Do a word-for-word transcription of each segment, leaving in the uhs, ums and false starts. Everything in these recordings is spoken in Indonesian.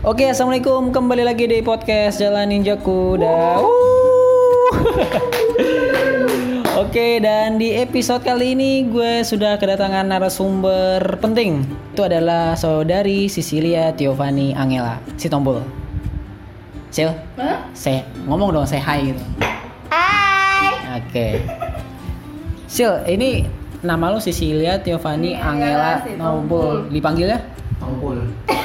Oke, assalamualaikum, kembali lagi di podcast Jalan Ninjaku. Dah. Oke, dan di episode kali ini gue sudah kedatangan narasumber penting. Itu adalah saudari Cecilia Tiovani Angela si Tombol. Sil, huh? Saya ngomong dong, saya hai gitu. Hai. Oke. Sil, ini nama lu Cecilia Tiovani Angela si Tombol. Dipanggil ya? Tombol.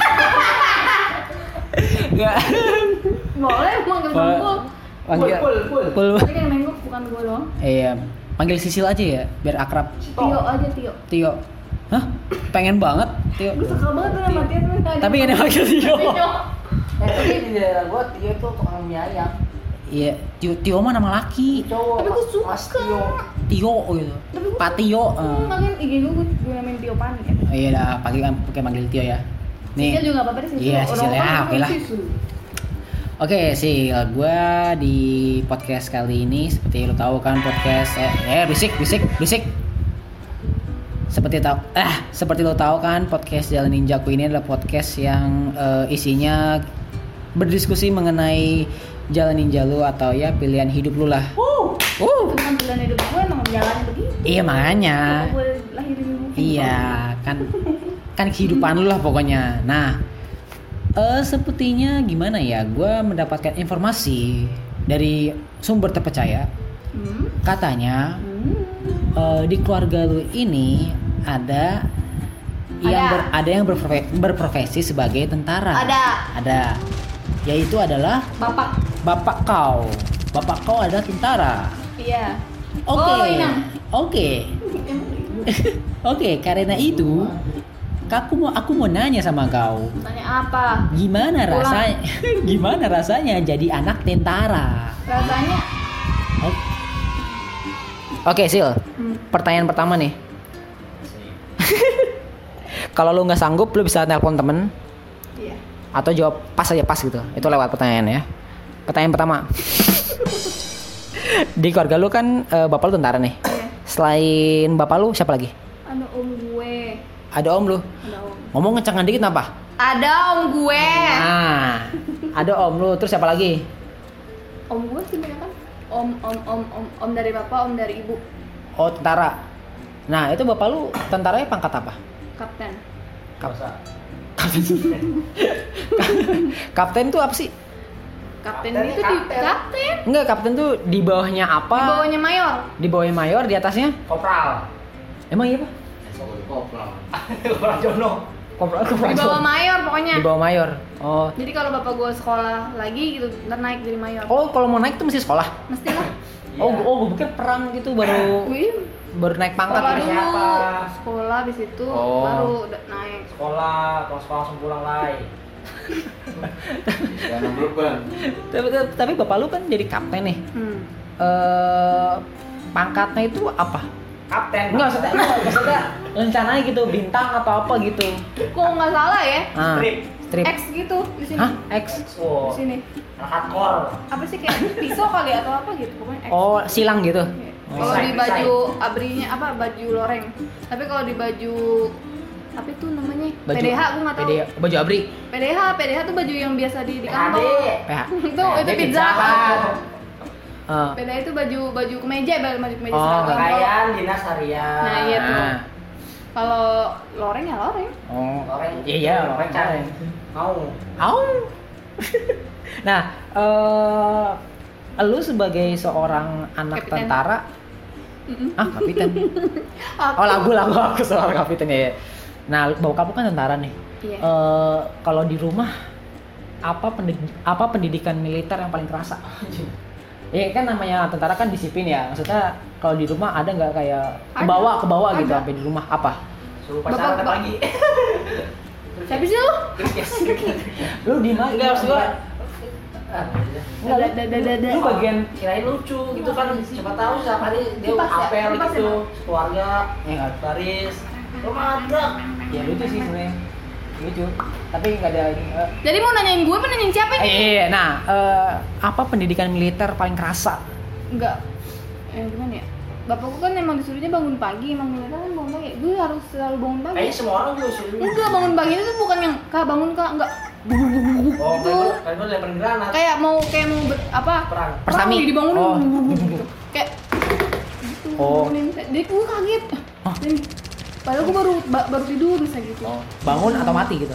Enggak. Boleh manggil Tombol. Panggil Pul, pul, pul. Tapi kan nengok bukan gue doang. Iya, panggil Sisil aja ya, biar akrab. Tio aja Tio. Tio. Hah? Pengen banget Tio. Gue suka banget tuh nama Tio tuh. Tapi ini panggil Tio. Eh, tapi di daerah gua Tio tuh tukang mie ayam. Iya, Tio, Tio mah nama laki. Cowok. Tapi gue suka. Mas Tio. Tio gitu. Pak Tio. Gue makin I G gue gue namain Tio Pan kan. Oh, iya dah, panggil pakai manggil Tio ya. Nih. Sisil juga apa-apa deh Sisil. Iya, Sisil ya, oke lah. Oke sih, gue di podcast kali ini seperti lo tahu kan podcast eh, eh bisik bisik bisik. Seperti tahu eh seperti lo tahu kan podcast Jalan Ninjaku ini adalah podcast yang uh, isinya berdiskusi mengenai jalan ninja lu atau ya pilihan hidup lu lah. Uh. Uh. Bukan pilihan hidup gue emang jalan begitu. Iya makanya. Gue lahirin gue. Iya kan kan kehidupan lu lah pokoknya. Nah. Uh, sepertinya gimana ya, gue mendapatkan informasi dari sumber terpercaya. hmm? Katanya hmm. Uh, di keluarga lu ini ada, ada. yang ber, ada yang berprofesi, berprofesi sebagai tentara. Ada. Ada. Yaitu adalah bapak. Bapak kau. Bapak kau adalah tentara. Iya. Oke. Okay. Oh, Oke. Okay. Oke, karena itu Aku mau aku mau nanya sama kau. Nanya apa? Gimana Pulang. rasanya? Gimana rasanya jadi anak tentara? Rasanya? Oke, okay, Sil. Hmm. Pertanyaan pertama nih. Kalau lu nggak sanggup, lu bisa nelpon temen. Iya. Atau jawab pas aja pas gitu. Itu lewat pertanyaan ya. Pertanyaan pertama. Di keluarga lu kan uh, bapak lu tentara nih. Iya. Selain bapak lu siapa lagi? Ada om gue. Ada om lu? Ada om. Ngomong ngecengan dikit apa? Ada om gue. Nah, ada om lu. Terus siapa lagi? Om gue sih banyak kan. Om, om, om, om, om dari bapak, om dari ibu. Oh, tentara. Nah, itu bapak lu tentaranya pangkat apa? Kapten. Kapten. Kapten. Kapten tuh apa sih? Kapten itu di kapten. Enggak, kapten tuh di bawahnya apa? Di bawahnya mayor. Di bawahnya mayor, di atasnya? Kopral. Emang iya, Pak? Kopral. Kopral Jono. Kopral, kopral. Di bawah mayor pokoknya. Di bawah mayor. Oh. Jadi kalau bapak gue sekolah lagi gitu, ntar naik jadi mayor. Oh, kalau mau naik tuh mesti sekolah? Mesti lah. Oh, oh, gue pikir perang gitu baru. Wih. Baru naik pangkat sekolah gitu. dulu. Sekolah habis itu oh. baru naik. Sekolah, kalau sekolah langsung pulang lagi. Jangan beban. Tapi, tapi bapak lu kan jadi kapten nih. Hmm. Eh, pangkatnya itu apa? Kapten. Enggak, maksudnya, maksudnya rencananya gitu, bintang atau apa gitu. Kok nggak salah ya? Ah, Strip. Strip. X gitu di sini. Hah? X. Oh. Di sini. Hardcore. Apa sih kayak pisau kali atau apa gitu pokoknya X. Oh, silang gitu. Ya. Oh. Kalau di baju abrinya apa baju loreng. Tapi kalau di baju apa itu namanya? Baju, P D H gue nggak tahu. P D H, baju abri. P D H, P D H tuh baju yang biasa di di kantor. P H. Itu itu pizza. Uh. P D H itu baju baju kemeja, baju kemeja Oh, seragam. Pakaian dinas harian. Nah, iya tuh. Nah. Kalau loreng ya loreng. Oh. Loreng. Iya, iya, loreng. Loreng. Mau. Au. Nah, eh uh, lu sebagai seorang anak Kapiten. tentara. Mm-mm. Ah, kapiten. Oh, lagu-lagu aku soal kapiten ya. Nah, bokap lu kan tentara nih. Iya. Uh, kalau di rumah apa pendid- apa pendidikan militer yang paling kerasa? Ya kan namanya tentara kan disiplin ya. Maksudnya kalau di rumah ada nggak kayak kebawa kebawa gitu sampai di rumah apa? Suruh pacaran Bapak- pagi. Siapa sih lu? Lu di mana? Enggak, maksud gua. Enggak, lu, Dada, dada, dada. lu bagian Kirain lucu gitu kan, siapa tahu setiap hari dia Kipas ya? apel Kipas gitu, ya? keluarga, ya baris, rumah ada. ya lucu sih sebenarnya. Lucu. Tapi nggak ada ini. eh. Jadi mau nanyain gue apa nanyain siapa Eh, ini? iya, iya. Nah, eh, apa pendidikan militer paling kerasa? Enggak. Eh gimana ya? Bapakku kan emang disuruhnya bangun pagi, emang militer kan bangun pagi. Gue harus selalu bangun pagi. Kayaknya semua orang juga suruh. Enggak, bangun pagi itu tuh bukan yang kak bangun kak, enggak. Oh, kayak kayak gue lemparin granat. Kayak mau kayak mau ber, apa? Perang. Persami. Perang, dibangunin Oh. gitu. Kayak gitu. Oh. Bangunin. Jadi gue kaget. Hah? Dan, padahal gue baru ba- baru tidur bisa gitu. Oh, bangun atau mati gitu.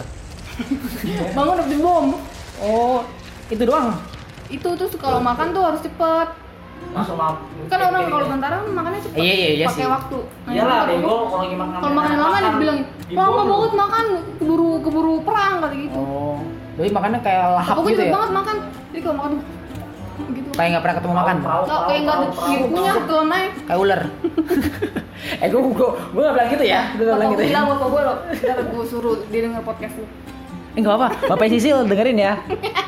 Bangun dapet bom. Oh, itu doang. Itu terus kalau makan tuh harus cepet. Langsung maaf. Kan orang kalau tentara makannya cepet. Iya, iya, iya pakai sih. waktu. Nah, Iyalah, kalau bego kalau lagi makan. kalau makan lama dibilang lama banget makan keburu keburu perang kata gitu. Oh, jadi makannya kayak lahap Aku gitu cepet ya? banget makan. Jadi kalau makan gitu. Kayak nggak pernah ketemu makan? Nggak, kayak nggak ada ngikunya ketelan aja. Kayak ular. eh, gue gue gue nggak bilang gitu ya? Gue nggak bilang Bapak gitu ya? bilang bapak gue loh, ntar gue suruh dia denger podcast lu. Eh nggak apa, Bapak Sisil dengerin ya.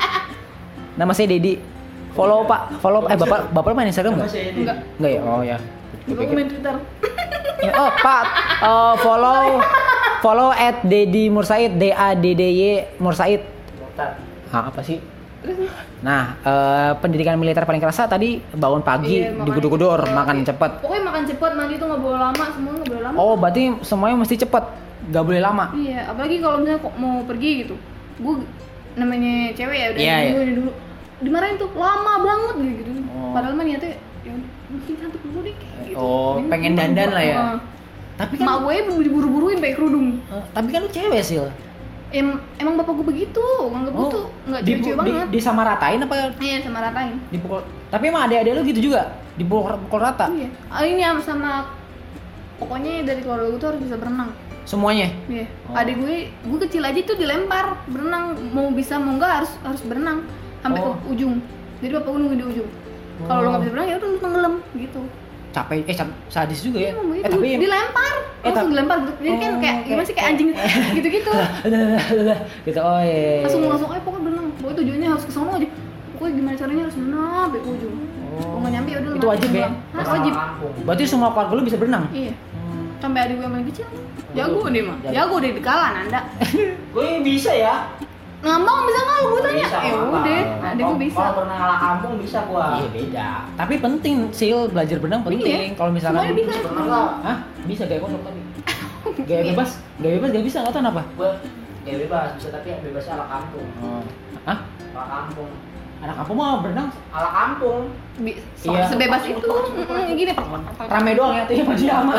Nama saya Dedi. Follow Pak, follow. Eh bapak bapak main Instagram nggak? Enggak. Nggak ya? Oh ya. Gue main Twitter. Ya, oh Pak, eh, follow follow at Dedi Mursaid, D A D D Y Mursaid. Ah, apa sih? Nah, eh, pendidikan militer paling kerasa tadi bangun pagi, Iya, makanya digudor-gudor, cepet. makan cepet. Pokoknya makan cepet, mandi tuh nggak boleh lama, semua nggak boleh lama. Oh, berarti semuanya mesti cepet, gak boleh lama. Iya, apalagi kalau misalnya kok mau pergi gitu. Gue namanya cewek ya udah Iya, dulu, iya. ini dulu. Dimarahin tuh lama banget gitu. Oh. Padahal mah niatnya ya mungkin cantik dulu deh kayak gitu. Oh, Ini pengen tuh dandan lah ya. Heeh. Tapi Mak kan, gue buru-buruin pakai kerudung. eh, tapi kan lu cewek sih. Em, emang bapak gue begitu, nganggep gue tuh nggak di, cewek-cewek di, banget. disamaratain apa Iya sama ratain. dipukul? Tapi emang adik-adik lu gitu juga, dipukul pukul rata. Iya. Ah, ini sama, sama pokoknya dari keluarga gue tuh harus bisa berenang. Semuanya. Iya. Oh. Adik gue, gue kecil aja tuh dilempar berenang, mau bisa mau enggak harus harus berenang sampai Oh. ke ujung. Jadi bapak gue nunggu di ujung. Kalau lu nggak bisa berenang ya udah lu tenggelam gitu. Capek, eh cap- sadis juga ya. Iya, emang Eh begitu. tapi dilempar, Eh, langsung tapi- dilempar gitu. Jadi kan Oh, kayak gimana sih kayak anjing gitu-gitu. gitu. Oh iya. Langsung langsung ayo pokoknya berenang. Pokoknya tujuannya harus ke sono aja. Pokoknya gimana caranya harus berenang sampai ke ujung. Oh. Kalau nggak nyampe ya udah lu Itu mati wajib ya? tenggelam. Hah, wajib. Berarti semua keluarga lu bisa berenang. Iya. Sampai adik gue yang paling kecil. Jago Oh, dia mah. jago. Jago deh di kalan Anda. Gue bisa ya. Ngambang bisa nggak lu gue tanya? Bisa, Ya ngambang. udah, adik gue bisa. Kalau pernah ngalah kampung bisa gua. Iya beda. Tapi penting sil belajar berenang penting. Iya. Kalau misalkan Semuanya bisa. Pernah nggak? Hah? Bisa gaya kosong tadi. Gaya bebas, gaya bebas gak bisa nggak tahu kenapa. Gue ya bebas bisa tapi yang bebasnya ala kampung. Oh. Hah? Ala kampung. Anak kampung mau berenang Ala kampung. Bi- Iya. Sebebas itu. Mm-mm, gini. rame doang ya, tuh pajama.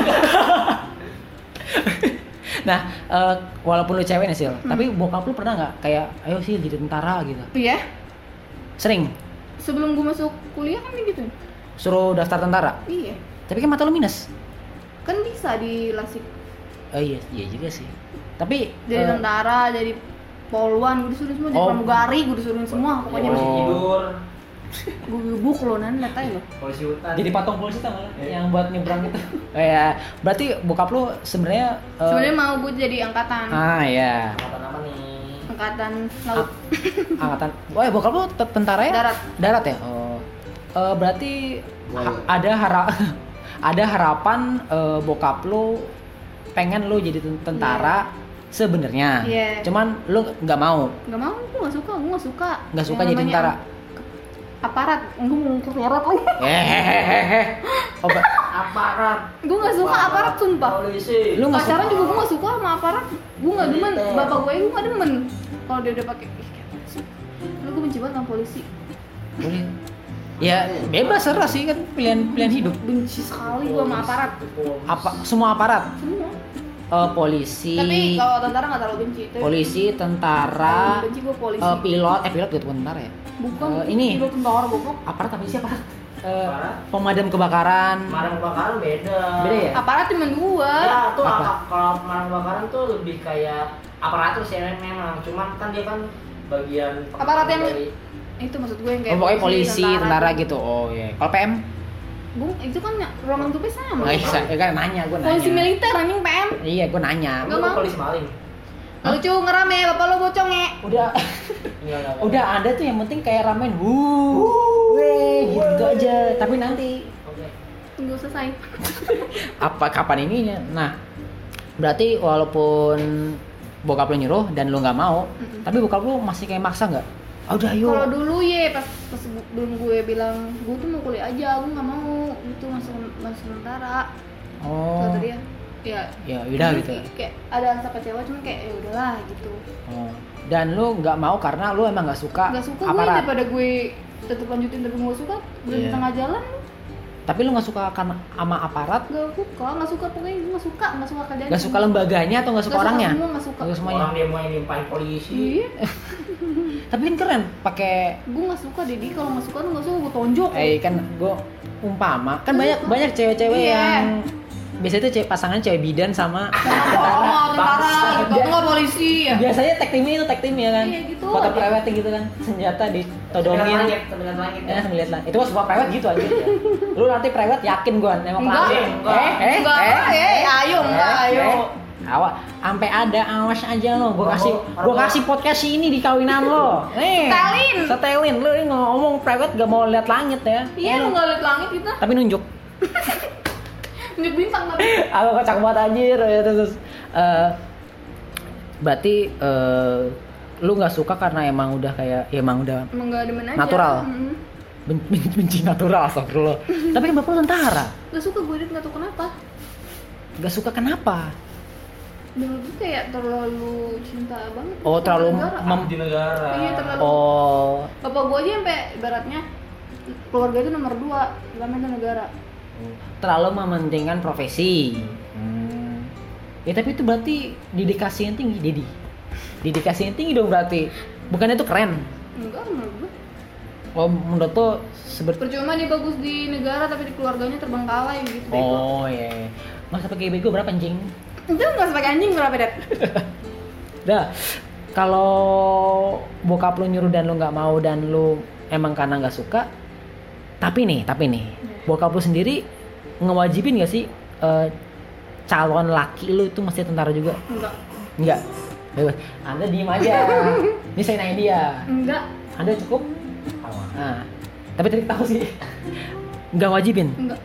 Nah, eh, walaupun lu cewek nih sil, Hmm. tapi bokap lu pernah nggak kayak, ayo sih jadi tentara gitu? Iya. Sering Sebelum gue masuk kuliah kan gitu. suruh daftar tentara, Iya. tapi kan mata lu minus. Kan bisa di lasik. Oh iya, iya juga sih. Tapi Jadi eh, tentara, jadi poluan, gue disuruh semua, jadi Oh. pramugari, gue disuruhin semua. Pokoknya Polisi Oh. tidur, gue gebuk lo nan, lihat aja lo. polisi hutan. jadi patung polisi tau nggak? Iya. Yang buat nyebrang itu. Kayak berarti bokap lu sebenarnya eh, Sebenarnya mau gue jadi angkatan, ah ya. Angkatan apa nih? angkatan laut. Angkatan. Oh ya bokap lu te- tentara ya? Darat. Darat ya? Oh. Eh, berarti ha- ada hara ada harapan eh, bokap lu pengen lu jadi ten- tentara sebenarnya. Iya. Cuman lu nggak mau, Gak mau, gue gak suka, gue gak suka. nggak suka Yang jadi namanya tentara. Aparat, gue mau ke darat lagi. Hehehehe. Oh, ba- Aparat. Gue gak suka aparat sumpah. Polisi. Lu nggak Pacaran suka? juga gue gak suka sama aparat. Gue gak demen, Militer. bapak gue gue gak demen. Kalau dia udah pakai, ih kayak apa sih? Lu gue benci banget sama polisi. Boleh. Ya bebas serah sih kan pilihan pilihan hidup. Benci sekali gue sama aparat. Apa semua aparat? Semua. Eh, polisi. Tapi kalau tentara gak terlalu benci. Tapi polisi, tentara, paling benci gue polisi. eh, pilot, eh pilot gitu bukan tentara ya? Bukan, eh, ini. pilot tentara goblok. Aparat apa sih aparat? Eh, Aparat. pemadam kebakaran. Pemadam kebakaran beda. Beda ya? Aparat cuma dua. Ya, tuh Apa? apa? Kalau pemadam kebakaran tuh lebih kayak aparatur sih memang, cuman kan dia kan bagian Aparat yang dari itu maksud gue yang Oh, kayak pokoknya polisi, tentara gitu. Oh iya. Kalau P M? Bung, itu kan ruangan tupnya sama. Oh, iya, ya kan nanya, gue nanya. Polisi militer anjing P M. Iya, gue nanya. Nggak Lu mau. polisi maling. Hah? Lucu ngerame, bapak lo bocong ya. Udah Enggak, enggak. udah ada tuh yang penting kayak ramen. Wuh. Weh, gitu aja. Tapi nanti Oke. Tunggu selesai. apa kapan ininya? Nah, berarti walaupun bokap lu nyuruh dan lu nggak mau, Mm-mm. tapi bokap lu masih kayak maksa nggak? Ah, udah ayo. Kalau dulu ya pas pas belum gue bilang gue tuh mau kuliah aja, gue nggak mau gitu masuk masuk tentara. Oh. Kata dia, ya. Ya udah Terus gitu. Kayak, kayak ada rasa kecewa, cuman kayak ya udahlah gitu. Oh. dan lu nggak mau karena lu emang nggak suka, Gak suka gue aparat. daripada gue tetap lanjutin tapi gue suka udah di Iya. tengah jalan. Tapi lu nggak suka karena sama aparat, Gak suka, gak suka pokoknya gue gak suka, gak suka kerjaan. nggak suka lembaganya atau nggak suka Gak suka orangnya? semua, nggak suka. Nggak semuanya. Orang dia mau nimpain polisi. Iya, Tapi kan keren, pakai gue gak suka Dedi, kalau gak suka lu gak suka gue tonjok. eh kan gue umpama kan Nggak banyak suka. banyak cewek-cewek Iya. yang biasanya tuh cewek pasangan cewek bidan sama Sama tentara gitu, atau nggak polisi ya. biasanya tag teamnya itu tag team ya kan, Iya, gitu foto aja. prewed gitu kan, senjata ditodongin Langit, terdengar langit. ya sambil lihat lah. Itu mah semua prewed gitu aja. Lu nanti prewed yakin gua nembak Enggak, langit. enggak. Eh, eh, Enggak, eh, eh, ayo, enggak, ayo. Awas, sampai ada awas aja lo. Gua kasih gua kasih podcast ini di kawinan lo. Nih. Setelin. Setelin. Lu ini ngomong prewed gak mau lihat langit ya. Iya, lu gak liat langit kita, Tapi nunjuk. tunjuk bintang tapi. Aku kocak banget anjir ya, terus eh, berarti eh, lu nggak suka karena emang udah kayak ya emang udah Emang gak demen aja. Natural. Mm. ben- ben- benci natural, astagfirullah. Tapi kan bapak lu tentara, Gak suka gue, gak tau kenapa. nggak suka kenapa? Dulu tuh kayak terlalu cinta banget. Oh, terlalu sama negara. mem- Di negara. Iya, terlalu. Oh, Bapak gue aja sampai ibaratnya keluarga itu nomor dua, ulama itu negara. terlalu mementingkan profesi. Hmm. Ya tapi itu berarti dedikasi yang tinggi, Dedi. Dedikasi yang tinggi dong berarti. Bukannya itu keren? Enggak, menurut gue. Oh, menurut tuh sebet. Percuma dia bagus di negara tapi di keluarganya terbengkalai gitu. bego. Oh iya. Yeah. Masa pakai bego berapa anjing? Itu nggak sebagai anjing berapa det? Dah, kalau bokap lu nyuruh dan lu nggak mau dan lu emang karena nggak suka, tapi nih, tapi nih, bokap lu sendiri ngewajibin nggak sih eh, calon laki lu itu mesti tentara juga? Enggak. Enggak. Bebas. Anda diem aja. Ini saya nanya dia. Enggak. Anda cukup? Nah, tapi tadi tahu sih. Nggak wajibin. Enggak.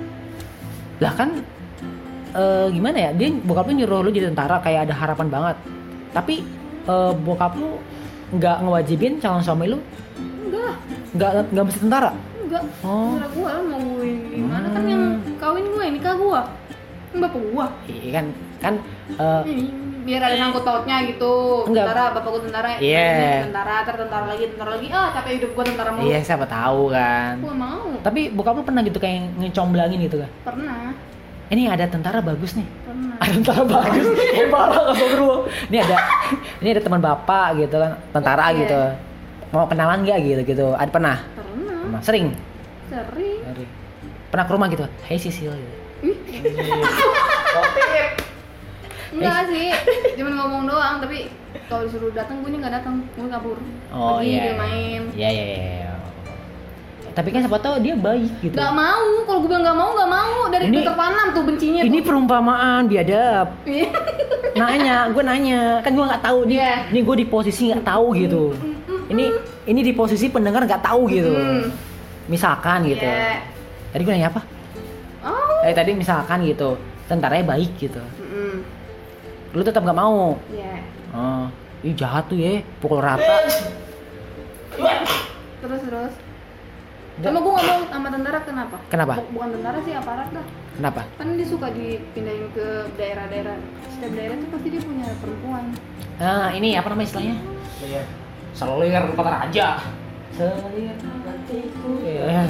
Lah kan eh, gimana ya, dia bokap lu nyuruh lu jadi tentara kayak ada harapan banget, tapi eh, bokap lu nggak ngewajibin calon suami lu Enggak. nggak nggak mesti tentara. Enggak. Oh. Terserah gua lah mau gue gimana, kan Hmm. yang kawin gue nikah gua. Kan bapak gua. Iya kan kan eh, Ini biar ada sangkut pautnya gitu. Enggak. Tentara, bapak gua tentara, Iya. ini tentara, ntar tentara lagi, tentara lagi. Ah, capek hidup gua tentara mulu. iya siapa tahu kan. Gua mau. Tapi bokap lu pernah gitu kayak ngecomblangin gitu kan? Pernah. Ini ada tentara bagus nih. Pernah. Ada tentara bagus. Eh parah astagfirullah. Ini ada ini ada teman bapak gitu kan, tentara Oke. gitu. Mau kenalan nggak gitu gitu? Ada pernah? Pernah. Pernah. Sering? Sering. Sering. Pernah ke rumah gitu? Hey Sisil gitu. Enggak sih, cuman ngomong doang, tapi kalau disuruh datang gue nggak datang, gue kabur. Oh Pergi, iya. dia main. Iya iya iya. Tapi kan siapa tahu dia baik gitu. Gak mau, kalau gue bilang gak mau, gak mau. Dari Ini- Dokter Panam tuh bencinya. Ini tuh. perumpamaan biadab. Iya. Nanya, gue nanya, kan gue nggak tahu nih. Iya. Ini gue di posisi nggak tahu gitu. Ini ini di posisi pendengar nggak tahu gitu. Hmm. Misalkan gitu. Iya. Tadi gue nanya apa? Oh. Eh tadi misalkan gitu, tentaranya baik gitu. Mm-mm. Lu tetap nggak mau. Iya. Oh, ih jahat tuh ya, pukul rata. Terus terus. Sama gue gak mau sama tentara, kenapa? Kenapa? Buk- Bukan tentara sih, aparat dah. Kenapa? Kan dia suka dipindahin ke daerah-daerah. Setiap daerah tuh pasti dia punya perempuan. Nah, ini apa namanya istilahnya? Iya. Selir kata raja. Selir hatiku. Ya.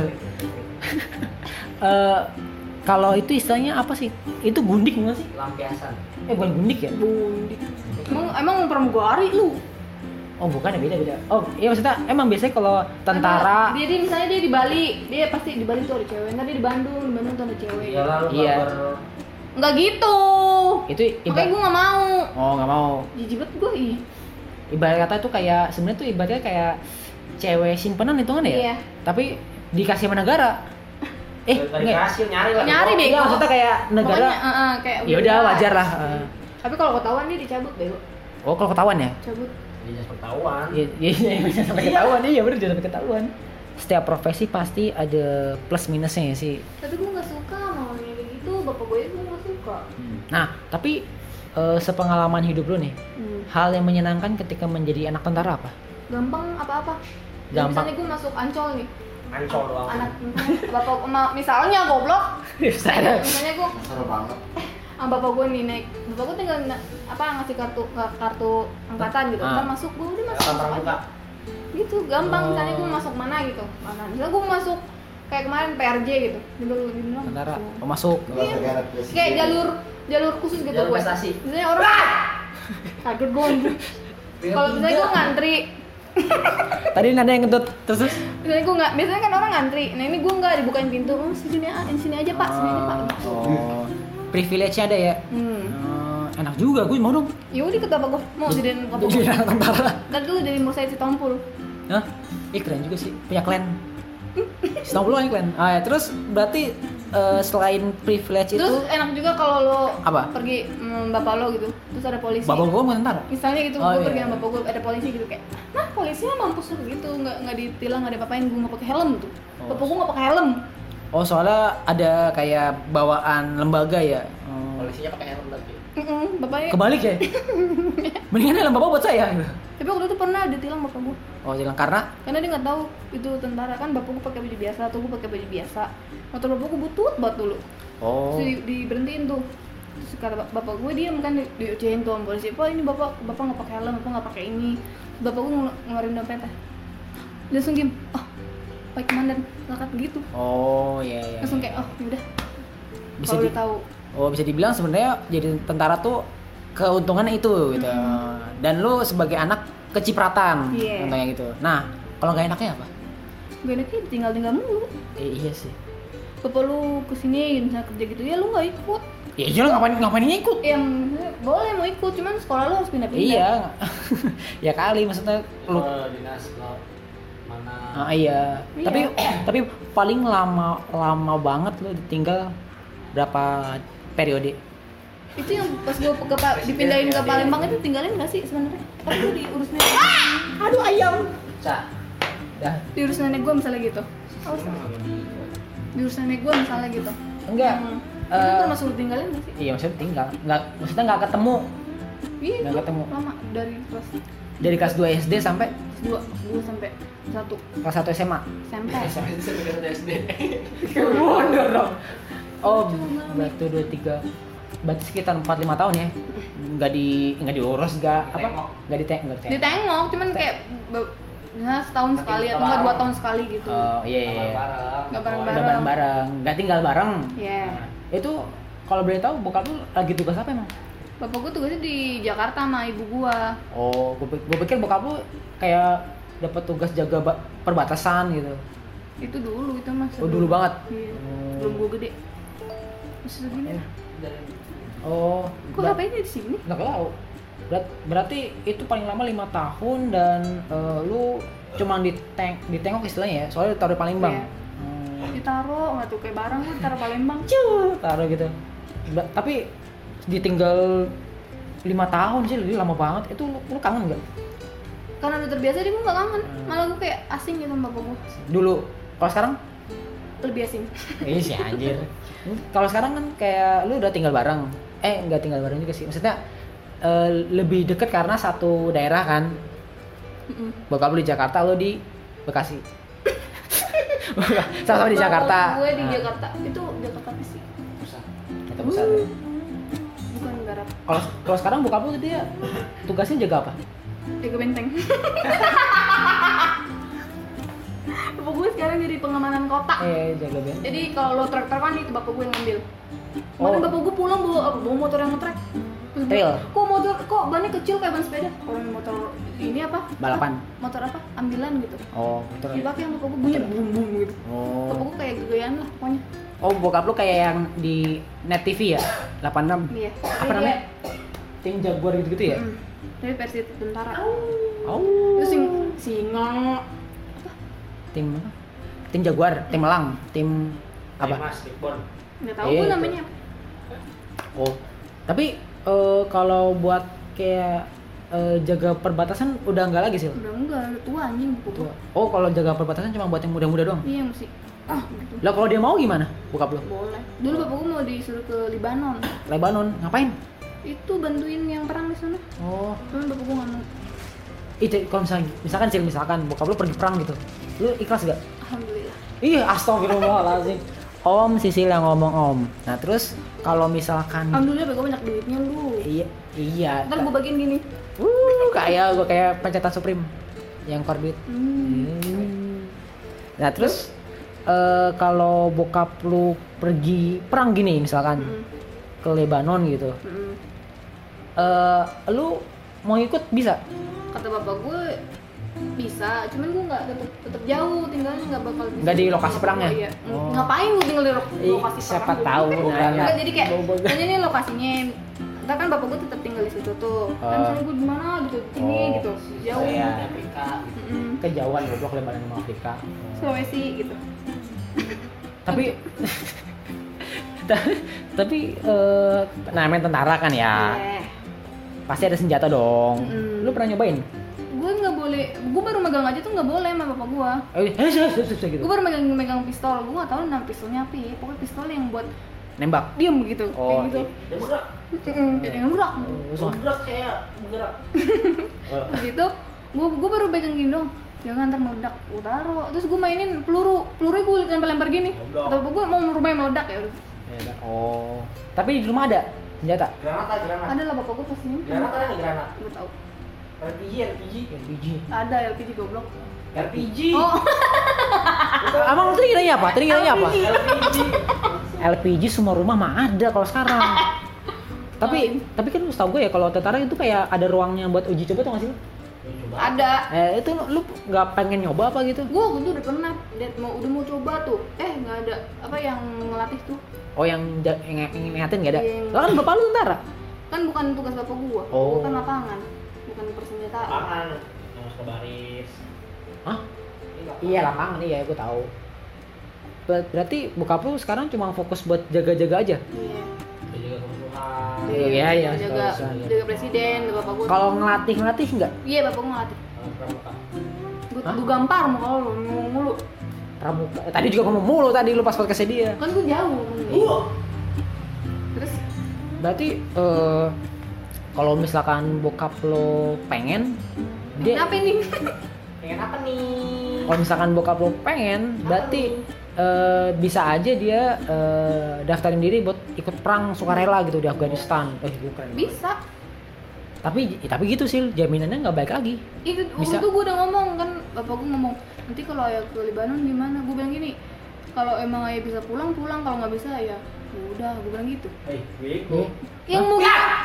Eh, kalau itu istilahnya apa sih? Itu gundik nggak sih? Lampiasan. Eh bukan gundik ya? Bundik. Emang emang pramugari lu? Oh bukan ya, beda beda. Oh iya maksudnya emang biasanya kalau tentara. Emang dia, dia misalnya dia di Bali, dia pasti di Bali tuh ada cewek. Ntar dia di Bandung, di Bandung tuh ada cewek. Iya lalu Iya. kabar. Enggak gitu. Itu Makanya ibarat. gue gak mau. Oh nggak mau. Jijik banget gue, ih. Ibarat kata itu kayak sebenarnya tuh ibaratnya kayak cewek simpenan hitungan ya. Iya. Tapi dikasih sama negara. Eh Dari enggak. hasil nyari lah. Nyari, Bego. Iya maksudnya kayak negara. Pokoknya, uh, uh, kayak Ya udah wajar lah. eh. Tapi kalau ketahuan dia dicabut, bego. Oh kalau ketahuan ya? Cabut. Dia ketahuan. Iya, iya, iya, bisa sampai ketahuan, iya bener, jangan sampai ketahuan. Setiap profesi pasti ada plus minusnya ya sih. Tapi gue gak suka mau kayak gitu, bapak gue gue gak suka. Nah, tapi eh, sepengalaman hidup lu nih, Hmm. hal yang menyenangkan ketika menjadi anak tentara apa? Gampang apa-apa. Gampang. Misalnya gue masuk Ancol nih, Ancol doang. anak bapak ma- misalnya goblok. Saya Misalnya gue Seru banget. sama bapak gue nih naik bapak gue tinggal na- apa ngasih kartu ka- kartu angkatan gitu, Ah. ntar masuk gue udah masuk, Kan masuk pramuka. aja. Gitu gampang, Oh. misalnya gue masuk mana gitu, mana, misalnya gue masuk kayak kemarin P R J gitu, dulu dibilang Tentara. Oh, masuk. Iya. Negara presiden. kayak jalur jalur khusus gitu Jalur gue. prestasi. Misalnya orang kaget gue. Kalau misalnya gue ngantri, Tadi ada yang ngentut terus terus. misalnya gue nggak, biasanya kan orang ngantri, nah ini gue nggak dibukain pintu, oh sini ah, sini aja pak, sini aja pak. Gitu. Oh. Privilege-nya ada ya. Hmm. Oh, enak juga, gue mau dong. Ya udah kata gue mau jadiin apa Jadi anak tentara. Dan dulu jadi Mursaid si Tompul. Hah? Ih keren juga sih, punya klan. Setahun punya klan. Ah, ya, terus berarti eh, selain privilege itu Terus enak juga kalau lo Apa? pergi mm, bapak lo gitu, terus ada polisi. bapak gue bukan tentara. Misalnya gitu, Oh, gue iya. pergi sama bapak gue, ada polisi gitu kayak, nah polisinya mampus lo gitu, nggak nggak ditilang, nggak ada apa-apain, gue nggak pakai helm tuh. Oh. Bapak gue nggak pakai helm. Oh, soalnya ada kayak bawaan lembaga ya. Oh. Polisinya pakai helm lagi. Mm-mm, bapaknya. Kebalik ya? Mendingan helm bapak buat saya gitu. Tapi waktu itu pernah ditilang bapak gue, Oh, bilang karena karena dia nggak tahu itu tentara kan, bapak gue pakai baju biasa, atau gue pakai baju biasa. Motor bapak gue butut banget dulu. oh. Terus di, diberhentiin tuh. Terus kata bap- bapak gue diem kan, di- diucehin tuh sama polisi, pak ini bapak bapak nggak pakai helm, bapak nggak pakai ini. Terus bapak gue ngelu- ngeluarin dompetnya, dia langsung diem, oh pak komandan, lakat gitu, Oh, iya iya. langsung kayak oh yaudah, Bisa kalau di- udah tahu. Oh, bisa dibilang sebenarnya jadi tentara tuh keuntungannya itu gitu. Dan lu sebagai anak kecipratan Iya. contohnya gitu. Nah, kalau nggak enaknya apa? Gue enaknya tinggal-tinggal mulu. Eh, iya sih. Bapak lu kesini misalnya kerja gitu, ya lu nggak ikut. Ya iya lah, ngapain ngapain ikut? Yang boleh mau ikut, cuman sekolah lu harus pindah-pindah. Iya. Ya kali maksudnya lu Ke dinas ke mana? ah, iya. Iya. Tapi tapi paling lama lama banget lu ditinggal berapa periode? Itu yang pas gue ke, Pa- dipindahin ke Palembang itu tinggalin nggak sih sebenarnya? Tapi gue diurus nenek. Aduh ayam. Cak. Dah. Diurus nenek gue misalnya gitu. Awas. Diurus nenek gue misalnya gitu. Enggak. Hmm. Eh, Itu termasuk lu tinggalin nggak sih? Iya, maksudnya tinggal. Enggak maksudnya enggak ketemu Iya. Nggak itu ketemu. Lama dari kelas dari kelas dua S D sampai dua, dua sampai satu kelas satu S M A. S M P. Sampai itu sampai ke S D. Wonder dong. Oh, Cuma berarti dua tiga berarti sekitar empat lima tahun ya. Enggak di enggak diurus, enggak apa? Ditengok. Enggak ditengok, enggak ditengok. Ditengok, cuman kayak be- ya, setahun Makin sekali atau kelar. enggak dua tahun sekali gitu. Oh, iya iya. iya. Bareng-bareng. Nggak bareng-bareng. Enggak bareng-bareng, enggak tinggal bareng. Iya. Nah, itu kalau boleh tahu bokap lu lagi tugas apa emang? Bapak gue tugasnya di Jakarta sama ibu gua. Oh, gue pikir bokap lu kayak dapat tugas jaga ba- perbatasan gitu. Itu dulu itu mas. Oh, dulu banget. Iya. Oh. Belum gua gede. Masih segini. Dari Oh, Kok ber- ngapain di sini? nggak tahu. Berat- berarti itu paling lama lima tahun dan eh, lu cuma diteng ditengok istilahnya ya, soalnya taruh di Palembang. Iya. Hmm. Ditaruh nggak tuh kayak barang tuh ditaruh Palembang. Cuh, taruh gitu. Ba- tapi ditinggal lima tahun sih, lebih lama banget. Itu lu, lu kangen nggak? Karena udah terbiasa dia gue nggak kangen. Hmm. Malah gue kayak asing gitu sama bapak gue. Dulu, kalau sekarang? Lebih asing. Iya sih anjir. Kalau sekarang kan kayak lu udah tinggal bareng. Eh, nggak tinggal bareng juga sih. Maksudnya eh, lebih deket karena satu daerah kan. Mm-mm. Bokap lu di Jakarta, lu di Bekasi. Sama-sama di Jakarta. Bapak gue di Nah, Jakarta. Itu Jakarta apa sih? pusat. Jakarta Pusat. ya. Bukan garap. Kalau kalau sekarang bokap lu dia tugasnya jaga apa? Jaga benteng. Bapak gue sekarang jadi pengamanan kota. Eh, jaga benteng. Jadi kalau lo trek trek kan itu bapak gue yang ngambil. Kemarin Oh. bapak gue pulang bawa apa? Bawa motor yang ngetrek. Terus dia, Trail. Kok motor kok bannya kecil kayak ban sepeda? Orang motor ini apa? Balapan. Motor apa? Ambilan gitu. Oh, betul. Dipakai yang bapak gue bunyi bum bum gitu. Bapak Oh. gue kayak gayaan lah pokoknya. Oh, bokap lu kayak yang di Net T V ya? delapan enam. Iya. Apa Jadi namanya? dia- Tim Jaguar gitu-gitu ya? Mm. Tapi versi tentara. Oh. Terus sing singa. Tim apa? Tim Jaguar, tim Elang, tim apa? Mas, Bigborn. Nggak tahu Iya, gue itu. namanya. Oh. Tapi eh, kalau buat kayak eh, jaga perbatasan udah enggak lagi sih? Udah enggak, udah tua anjing bapak gue. Oh, kalau jaga perbatasan cuma buat yang muda-muda doang. Iya masih. Ah gitu. Lah kalau dia mau gimana? Bokap lu? Boleh. Dulu bapak gue mau disuruh ke Libanon. Lebanon, ngapain? Itu bantuin yang perang di sana. Oh, Cuman bapak gue nggak mau. itu kalau misalkan, misalkan sih, misalkan bokap lu pergi perang gitu, lu ikhlas gak? Alhamdulillah. Iya, astagfirullahaladzim. Om Sisil yang ngomong Om. Nah terus kalau misalkan Alhamdulillah gue banyak duitnya lu. iya iya Ntar gue bagiin gini. uh, kayak gue kayak pencetan Supreme yang core duit. Hmm. Hmm. Nah terus eh, kalau bokap lu pergi perang gini misalkan Mm-mm. ke Lebanon gitu, Mm-mm. eh lu mau ikut bisa? Kata bapak gue bisa, cuman gue nggak tetep tetep jauh tinggalnya, nggak bakal bisa. Nggak di lokasi perangnya? Iya. Oh. Ngapain gue tinggal di lo- Ih, lokasi perang? siapa tahu, Bukan, nah, bukan, jadi kayak bobo- ini nih lokasinya. Ntar kan bapak gue tetap tinggal di situ tuh. Kan Oh. misalnya gue di mana gitu, ini Oh. gitu, jauh. Iya. Di Afrika gitu. Mm-mm. Kejauhan goblok Lebanon sama Afrika. Sulawesi gitu. Tapi tapi eh, namanya tentara kan ya. Eh, Pasti ada senjata dong. Mm-mm. Lu pernah nyobain? gue nggak boleh, gue baru megang aja tuh nggak boleh sama bapak gue. Eh, eh, eh, eh, eh, gitu. Gue baru megang megang pistol, gue nggak tahu nama pistolnya apa ya. Pokoknya pistol yang buat Nembak. diem gitu, Oh, kayak gitu. Dia bergerak. Mm-mm, yang gerak. Oh, Bergerak kayak bergerak. Begitu, gue gue baru pegang gini dong, jangan ntar meledak, gue taruh. Terus gue mainin peluru, peluru gue lempar-lempar gini. Kata bapak gue mau rumahnya meledak ya udah. Ya, oh. Tapi di rumah ada senjata. Granat ada granat. Ada lah bapak gue pasti nyimpen. Granat ada nggak granat? Gue tahu. L P G L P G. L P G. Ada L P G goblok. L P G. Oh, Abang tadi kiranya apa? Tadi kiranya apa? L P G. L P G semua rumah mah ada kalau sekarang. tapi tapi kan lu tahu gue ya kalau tentara itu kayak ada ruangnya buat uji coba tuh nggak sih? lu? Coba. ada. Eh itu lu nggak pengen nyoba apa gitu? Gue waktu itu udah pernah, lihat mau udah mau coba tuh, eh nggak ada apa yang ngelatih tuh. Oh yang ja- yang yang ingetin nggak ada? Yang- Lah kan bapak lu tentara. Kan bukan tugas bapak gue, Oh. gue kan lapangan, bukan persenjataan. Lapangan yang harus ke baris. Hah? Ini Iya lapangan iya gue tahu. Ber- Berarti bokap lu sekarang cuma fokus buat jaga-jaga aja. Iya. Dia juga kebutuhan. Iya, iya, jaga, seharusnya, iya. jaga presiden, bapak gue. Kalau ngelatih ngelatih nggak? Iya bapak gue ngelatih. Kalau pramuka. Gue Hah? gue gampar muka lo, ngomong mulu. Pramuka. Eh, tadi juga ngomong mulu tadi lu pas podcastnya dia. Kan gue jauh. Uh. Terus Berarti eh kalau misalkan bokap lo pengen dia kenapa ini? Pengen apa nih? kalau misalkan bokap lo pengen berarti eh, bisa aja dia eh, daftarin diri buat ikut perang sukarela gitu di Afghanistan. Eh, gue keren. Bisa. Tapi ya, tapi gitu sih jaminannya nggak baik lagi. Itu Bisa. waktu itu gue udah ngomong kan, bapak gue ngomong nanti kalau ayah ke Lebanon gimana? Gue bilang gini, kalau emang ayah bisa pulang pulang, kalau nggak bisa ya udah, gue bilang gitu. Hei, bego. Yang mau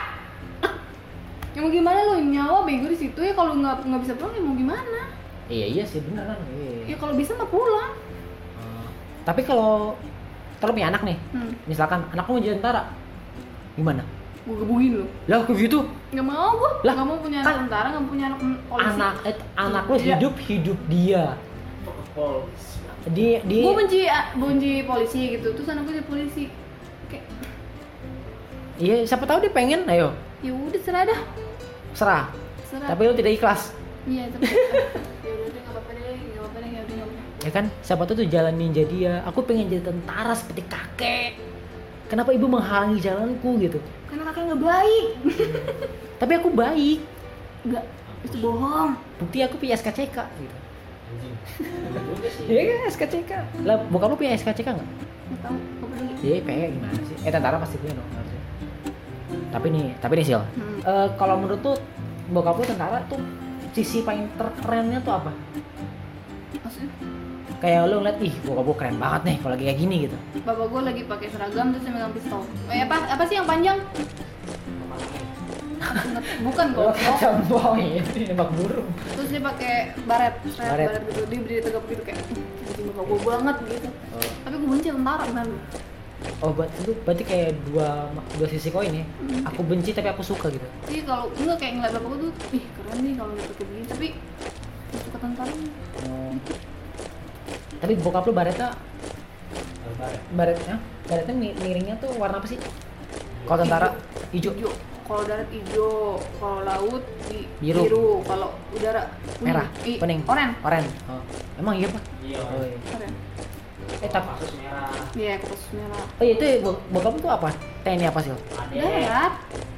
yang mau gimana lo, nyawa bego di situ ya, kalau nggak nggak bisa pulang ya mau gimana? Iya iya sih beneran. Iya. Ya kalau bisa mah pulang. Eh, tapi kalau kalau punya anak nih, Hmm. misalkan anak lo mau jadi tentara, gimana? Gue gebukin lo. Lah kok gitu? Nggak mau gue. Lah, Nggak mau punya anak kan tentara, nggak mau punya anak polisi. Anak eh, anak lo Iya. hidup hidup dia. Pol. Dia dia Gue benci benci polisi gitu. Terus anak gue jadi polisi. Kayak Iya, siapa tahu dia pengen, ayo ya udah serah dah. serah. Serah. Tapi lo tidak ikhlas, Iya tapi ya udah deh, nggak apa-apa deh, nggak apa-apa deh, ya udah nggak apa-apa. ya kan? Siapa tahu tuh jalan ninja dia. Aku pengen jadi tentara seperti kakek. Kenapa ibu menghalangi jalanku gitu? Karena kakak nggak baik. Tapi aku baik. Nggak, itu bohong. Bukti aku punya S K C K gitu. Anjing. Bener juga sih. Iya kan S K C K. Lah, bokap lu punya S K C K nggak? Nggak tahu, nggak peduli. Iya, P E gimana sih? Eh tentara pasti punya dong harusnya. Tapi nih, tapi nih Sil. Hmm. Eh, kalau menurut tuh bokap lu tentara tuh sisi paling terkerennya tuh apa? Maksudnya? Kayak lu ngeliat, ih bokap gue keren banget nih kalau lagi kayak gini gitu. Bapak gue lagi pakai seragam terus dia megang pistol. Eh apa apa sih yang panjang? Bukan kok. Macam boy, ini nembak burung. Terus dia pakai baret, baret, Baret. baret gitu. Dia berdiri tegap gitu kayak anjing bapak gue banget gitu. Oh, Tapi gue benci tentara benar. oh berarti itu berarti kayak dua dua sisi koin ya. Hmm. Aku benci tapi aku suka gitu. Jadi kalau enggak kayak ngeliat bapak gue tuh, ih keren nih kalau ngeliat kayak begini. Tapi gue suka tentara. Oh. Tapi bokap lu baretnya Baret. baretnya baretnya mi- miringnya tuh warna apa sih? Kalau tentara hijau. Hijau. Kalau darat hijau, kalau laut di Biru. kalau udara kuning. Merah, Ih, kuning, oren. oren. Oh. Emang iya pak? Iya. Oh, iya. Oren. Eh tapi Kasus merah. Iya, kertas merah. oh iya itu bo- bokap lu tuh apa? T N I apa sih? Ada. Darat.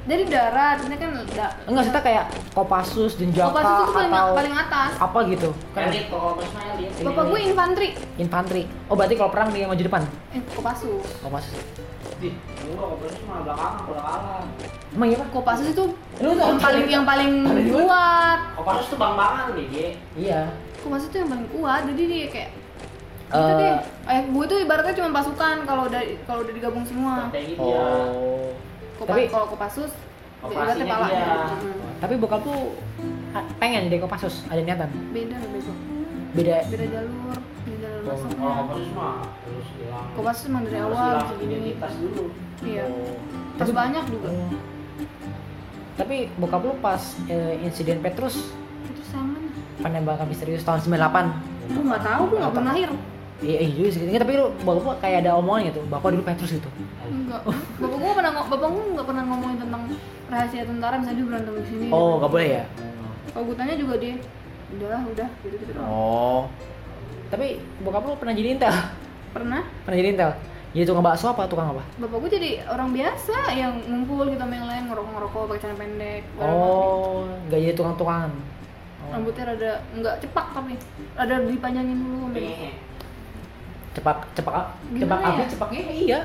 Dari darat, ini kan da- Enggak, kita kayak Kopassus, Denjaka Kopassus itu paling, atau paling atas. apa gitu. Kan Elit kok Kopassus elit. Bapak gue infanteri. infanteri. Oh, berarti kalau perang dia maju depan. Eh, Kopassus. Kopassus. Di, enggak Kopassus mah belakangan udah kalah. Emang iya, Pak? Kopassus itu Lu tuh yang paling yang paling kuat. Kopassus tuh bang-bangan deh, Ge. Iya. Kopassus itu yang paling kuat. Jadi dia kayak gitu Eh, deh. Eh, gue tuh ibaratnya cuma pasukan kalau udah kalau udah digabung semua. Strategi dia. Oh. Kopa, Tapi kalau Kopassus Operasinya ibaratnya pala. dia. Hmm. tapi bokap lu ah, pengen jadi Kopassus, ada niatan. Beda beda. Beda. Beda jalur, beda jalur Kalau masuknya. Kopassus mah harus hilang. Kopassus emang dari harus awal hilang kayak gini. identitas dulu. Iya. Oh. Pas Tapi- banyak juga. Oh. Tapi bokap lu pas eh, insiden Petrus Itu sama nih. penembakan misterius tahun sembilan puluh delapan. Gue nggak tahu, gue nggak pernah lahir. Iya, iya juga sih. Ingat, tapi lu bapak lu kayak ada omongan gitu. Bapak dulu Petrus gitu. Enggak. Bapak gue pernah ngo- bapak gue nggak pernah ngomongin tentang rahasia tentara, misalnya dia berantem di sini. Oh, nggak boleh ya? Kalau gue tanya juga dia, udahlah udah gitu gitu doang. Oh. Tapi bokap lu pernah jadi intel? Pernah. Pernah jadi intel? Jadi tukang bakso apa tukang apa? Bapak gue jadi orang biasa yang ngumpul gitu sama yang lain, ngerokok-ngerokok pakai celana pendek. Oh, nggak jadi tukang-tukangan. Oh. Rambutnya rada nggak cepak tapi rada dipanjangin dulu sampai Pengen. Cepak, cepak, Gimana cepak apa? ya? Cepaknya iya.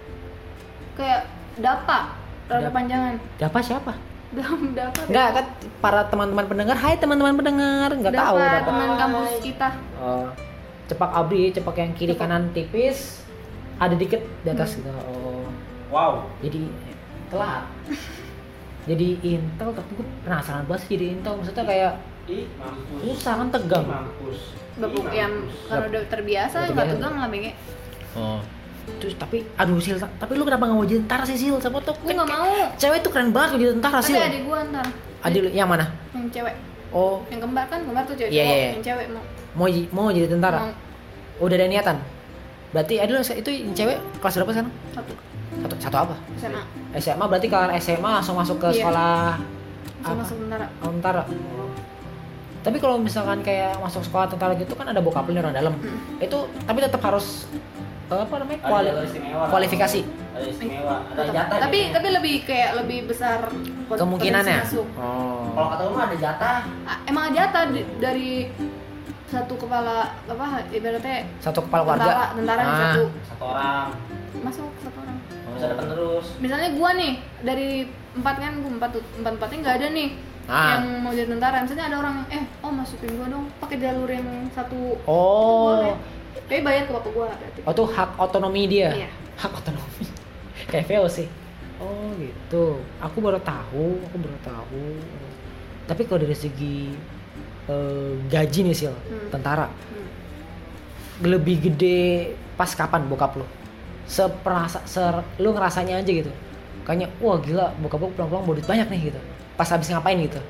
kayak dapa, rada Dap- panjangan. Dapa siapa? Dam dapa. Enggak kan para teman-teman pendengar. Hai teman-teman pendengar, nggak tahu Dapa, Dapa. teman kampus kita. Oh. Cepak abri, cepak yang kiri Cepak. kanan tipis, ada dikit di atas Hmm. gitu. Oh. Wow. Jadi telat. Jadi intel, tapi gue penasaran banget sih jadi intel. Maksudnya kayak Ih, mampus. susah kan, tegang. Ih, mampus. Bapak Ih, yang mampus. karena udah terbiasa Udah nggak terbiasa. tegang lah benge. Oh. Terus tapi aduh Sil, tapi lu kenapa nggak mau jadi tentara sih Sil? Siapa tuh? Gue nggak mau. Cewek tuh keren banget mau jadi tentara Tapi Sil. adik gue ntar. Adik lu yang mana? Yang cewek. Oh, Yang kembar kan, kembar tuh cewek Iya, cowok. iya, iya. Yang cewek mau. mau j- mau jadi tentara? Mau Udah ada niatan. Berarti adik lu itu yang cewek kelas berapa sekarang? satu Satu, satu apa? S M A. S M A berarti kalau S M A langsung masuk ke Iya. sekolah Langsung apa? masuk tentara. Oh, tentara. Tapi kalau misalkan kayak masuk sekolah tentara gitu kan ada bokap lu nih orang dalam. Hmm. Itu tapi tetap harus eh, apa namanya? Ada Kuali- jalur istimewa. kualifikasi. Ada istimewa. Ada Tetap. jatah. Tapi biasanya. tapi lebih kayak lebih besar pot- Kemungkinannya. potensi masuk. Oh. Kalau kata lu mah ada jatah. Ah, emang ada jatah di- dari satu kepala apa ibaratnya Satu kepala keluarga. tentara tentara yang Ah. satu Satu orang. masuk satu orang. Terus ada penerus. Misalnya gua nih dari empat kan gua empat tuh empat empatnya nggak ada nih Ah. yang mau jadi tentara. Misalnya ada orang yang eh oh masukin gua dong pakai jalur yang satu. Oh. Boleh. Tapi bayar ke bapak gua berarti. Oh tuh hak otonomi dia. Iya. Hak otonomi. Kayak V O C. Oh gitu. Aku baru tahu, aku baru tahu. Tapi kalau dari segi eh, gaji nih Sil, Hmm. tentara Hmm. lebih gede pas kapan bokap lu? Seperasa, ser, lu ngerasanya aja gitu. Kayaknya wah gila bokap lu pulang-pulang bawa duit banyak nih gitu. Pas habis ngapain gitu?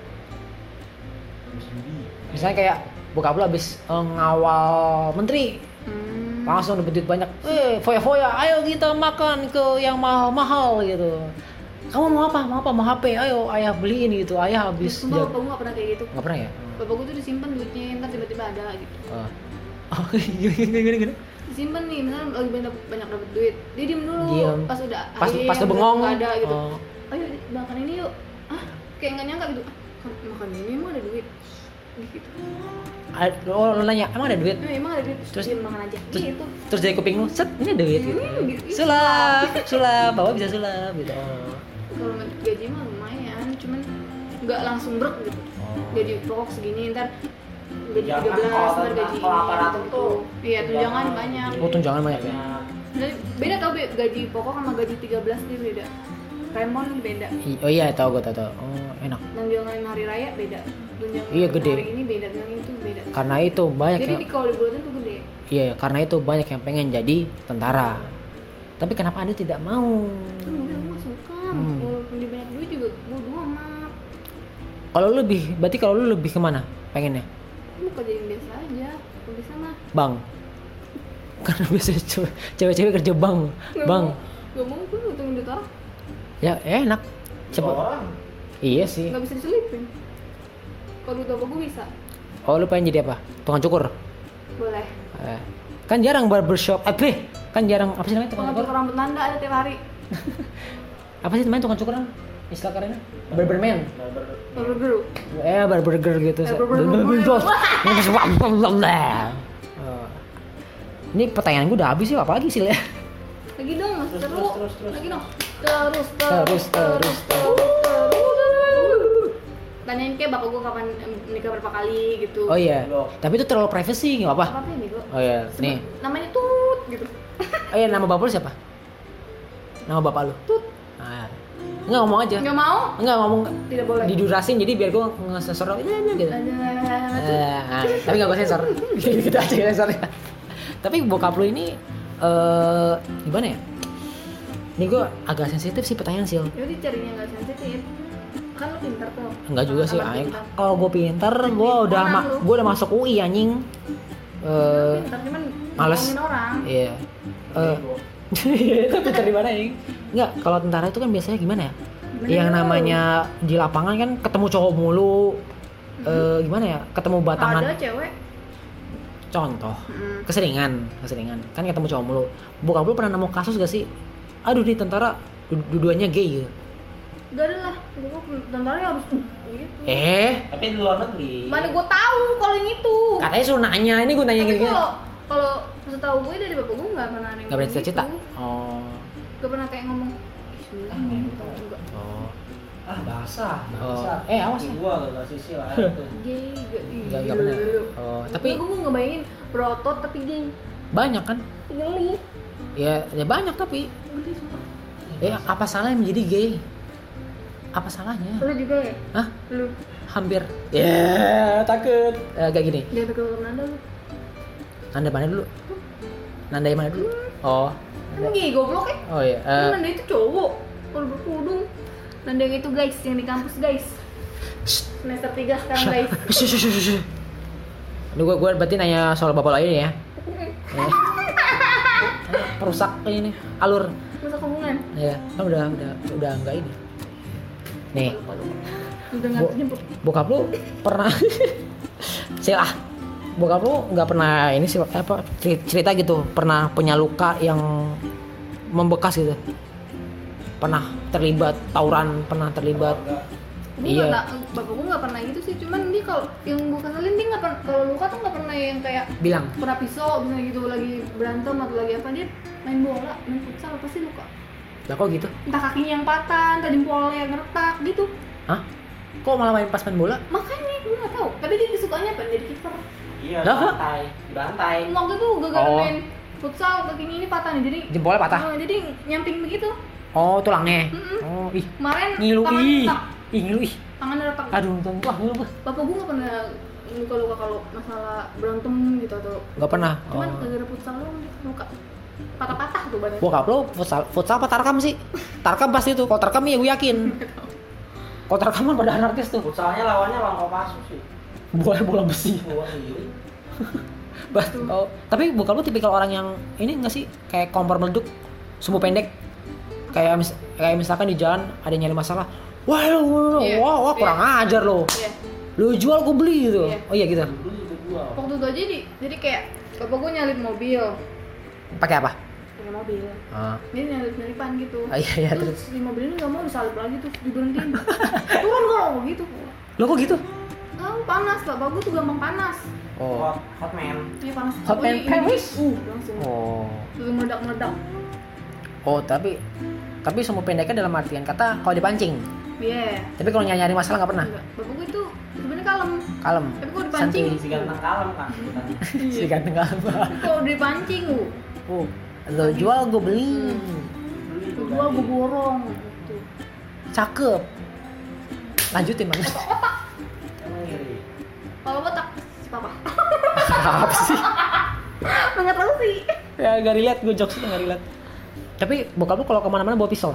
Misalnya kayak bokap lu habis eh, ngawal menteri, Hmm. langsung dapat duit banyak. Eh, foya-foya, ayo kita makan ke yang mahal-mahal gitu. Kamu mau apa? Mau apa? Mau H P? Ayo ayah beliin gitu. Ayah habis Sumpah jam. bapak gua nggak pernah kayak gitu. Nggak pernah ya? Bapak gua tuh disimpan duitnya ntar tiba-tiba ada gitu. Oh, oh gini gini gini. Disimpan nih misalnya lagi banyak banyak dapet duit dia diem dulu Diem. pas udah Pas ayam pas lu udah bengong. nggak ada gitu Oh. ayo makan ini yuk ah kayak nggak nyangka gitu ah makan ini emang ada duit gitu A- Oh, lu nanya, emang ada duit? eh, emang ada duit Terus- diem makan aja Terus, gitu terus dari kuping lu, set, ini ada duit gitu. Hmm, gitu. Sulap, sulap, bawa bisa sulap gitu. Oh. kalau gaji mah lumayan cuman nggak langsung brek gitu gaji pokok segini ntar gaji Jangan, tiga belas kalau- ntar gaji kalau aparatur gitu. tuh, iya tunjangan tunjangan. banyak Oh, tunjangan banyak ya? Banyak. Jadi, beda tau Be, gaji pokok sama gaji tiga belas dia beda Remon beda I- Oh iya, tahu gue tahu. tahu. Oh, enak. tunjangan hari raya beda tunjangan Iya, gede. hari ini beda tunjangan itu beda Karena itu banyak jadi yang di kalau dibulatin tuh gede iya, karena itu banyak yang pengen jadi tentara. Tapi kenapa Anda tidak mau? kan gue bilang gue suka Hmm. walaupun dia banyak duit juga bodo amat Kalau lu lebih, berarti kalau lu lebih kemana pengennya? lu kerja yang biasa aja kalau bisa mah Bang. Karena biasanya cewek- cewek-cewek kerja bang, Nggak bang. mau, nggak mau gue ngutangin duit orang Ya enak. Dua Coba. orang. Iya sih. nggak bisa diselipin kalau duit apa gue bisa Oh, lu pengen jadi apa? Tukang cukur. boleh Eh, kan jarang barbershop. Eh, beh, kan jarang apa sih namanya tukang kalau cukur? tukar rambut nanda ada tiap hari Apa sih namanya tukang cukur? istilah kerennya barberman. Barber. Baru dulu. Eh burger gitu. Eh, burger. Oh. Ini pertanyaan gue udah habis sih, apa lagi sih ya? Lagi dong, masih Terus, seru. terus, terus, terus. Lagi dong. Terus, Terus, terus, Tanyain kayak bapak gue kapan em, nikah berapa kali gitu. Oh iya. Loh. Tapi itu terlalu privacy, nggak apa? Apa apa ini gue? Oh iya, nih. Namanya Tut gitu. Oh iya, nama bapak lu siapa? Nama bapak lu? Tut. Nah, enggak ngomong aja. Enggak mau? Enggak ngomong. Tidak boleh. Didurasin jadi biar gue nge-sensor gitu. gitu. Ada. Eh, ah, tapi nggak gue sensor. Gitu aja sensornya. Tapi bokap lu ini eh gimana ya? Ini gue agak sensitif sih pertanyaan sih. Jadi carinya nggak sensitif. Kan lu pintar tuh. Enggak juga sih, Amat aing. pintar. Kalau gue pinter, gue udah ma- lu. gue udah masuk U I anjing. Eh, Pintar cuman males. ngomongin orang. iya. Eh, itu pinter di mana, Ing? Enggak, kalau tentara itu kan biasanya gimana ya? Gimana Yang lu? namanya di lapangan kan ketemu cowok mulu. Eh, gimana ya? Ketemu batangan. Ada cewek. Contoh. Hmm. Keseringan, keseringan. Kan ketemu cowok mulu. Bokap lu pernah nemu kasus gak sih? Aduh, di tentara du- dua-duanya gay gitu. Gak ada lah. Gue tentaranya harus uh, gitu. Eh, Tapi di luar negeri. Mana gue tahu kalau yang itu. katanya suruh nanya, ini gue nanya Tapi gini-gini. kalau kalau setahu gue dari bapak gue nggak pernah ada yang Gak berani ngomong cerita. gitu. Oh. Gak pernah kayak ngomong. Bismillah, gitu. Enggak. Oh. Ah, basah. Oh. Basah. Eh, awas ya. Gua gak sisi lah itu. Gay, gak, Enggak, enggak benar. Oh, tapi gue nggak bayangin berotot tapi gay. banyak kan? Geli. Ya, ya banyak tapi. Geli sumpah. Eh, apa salahnya menjadi gay? Apa salahnya? Lu juga ya? Hah? Lu Hampir. Ya, takut. Eh, kayak gini. jangan tekel Nanda lu. Nanda mana dulu? Nanda yang mana dulu? Oh. Emang gay goblok ya? Oh iya. Kan Eh, Nanda itu cowok. Kalau berkerudung. Nanda yang itu guys, yang di kampus guys. Semester tiga sekarang guys. Shh, shh, shh, shh, shh. Ini gue gue berarti nanya soal bapak lo ini ya. Eh. Perusak ini alur. Masa hubungan? Ya, kan udah udah udah enggak ini. Nih, Udah nggak Bo- jemput. bokap lu pernah silah. Bokap lu nggak pernah ini sih apa ceri- cerita gitu, pernah punya luka yang membekas gitu. Pernah terlibat tawuran, pernah terlibat. Gue Iya. nggak, bapak gue nggak pernah gitu sih. Cuman dia kalau yang gue keselin dia nggak pernah, kalau luka tuh nggak pernah yang kayak Bilang, pernah pisau misalnya gitu lagi berantem atau lagi apa, dia main bola, main futsal pasti luka. lah kok gitu? Entah kakinya yang patah, entah jempolnya yang retak gitu. Hah? Kok malah main pas main bola? Makanya gue nggak tahu. Tapi dia sukanya apa? Jadi kiper. Iya, Lah, kok? bantai, bantai. Waktu itu gagal Oh. main futsal kakinya ini patah nih. Jadi Jempolnya patah. Oh, jadi nyamping begitu. Oh, tulangnya. Mm-mm. Oh, ih. Kemarin Ngilu tangannya ih. retak. Ih, ngilu ih. Tangannya retak. Aduh, untung wah ngilu gua. Bapak gue nggak pernah luka-luka kalau masalah berantem gitu atau. Nggak pernah. Cuman Oh. gara-gara futsal doang dia luka. Patah-patah tuh badannya. Bokap lo futsal, futsal apa tarkam sih? Tarkam pasti tuh. Kalau tarkam ya gue yakin. Kalau tarkam kan pada artis tuh. Futsalnya lawannya lawan Kopassus sih. Bola bola besi. Gua sendiri. Bas, oh, tapi bokap lo tipikal orang yang ini nggak sih kayak kompor meleduk, sumbu pendek, kayak mis kayak misalkan di jalan ada yang nyari masalah, wah lo, Iya. wah, wah kurang ajar lo, Iya. lo jual gue beli gitu, Iya. oh iya gitu, Dulu juga gua. Waktu itu aja di, jadi kayak bapak gue nyalip mobil, pakai apa? pakai mobil. Ah, Dia nyalip nyalipan gitu. ah, iya iya terus, terus, di mobil ini nggak mau disalip lagi tuh diberhentiin. Turun kok gitu. lo kok gitu? Ah panas, bapak gue tuh gampang panas. Oh, Hot, hot man. Ini panas. Hot Pokoknya and ini- Paris? Uh, langsung. oh, Langsung meledak-meledak. oh tapi tapi sumbu pendeknya dalam artian kata kalau dipancing, Iya. tapi kalau nyari nyari masalah nggak pernah, Enggak. Bapak gue itu sebenarnya kalem. kalem, Tapi kalau dipancing, santuy. Si ganteng kalem kan sebutannya. si ganteng kalem, kalau dipancing, uh, oh, lo jual gue beli, Beli tuh gua ganti. gue borong. Gitu. cakep, lanjutin bang. Emang ngiri. Kalau botak, si papa. Apa sih? Nggak tahu sih. Ya gak relate, gue jokesnya gak relate. Tapi bokap lu kalau kemana-mana bawa pistol?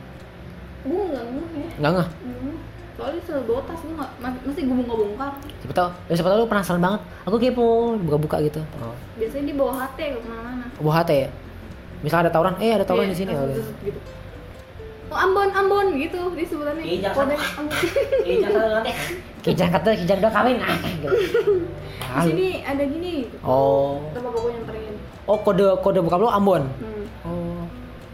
Gue nggak ngeh ya. Nggak ngeh? Hmm. Soalnya selalu bawa tas, gue nggak, mas- mesti gue mau bongkar. Siapa tau, ya siapa tau lu penasaran banget. Aku kepo, buka-buka gitu. Oh. Biasanya dia bawa H T ke kemana-mana. Bawa H T ya? Misal ada tawuran, eh ada tawuran Iya, di sini. langsung Oh, iya. zzzz gitu. Oh Ambon, Ambon gitu, dia sebutannya. Kijang Kode sama. Ambon. Eh, jangan nanti. Kijang kata, kijang udah kawin. Ah, gitu. Di sini ada gini. Oh. Ntar bapak gue nyamperin. Oh kode kode bokap lu Ambon. Hmm. Oh.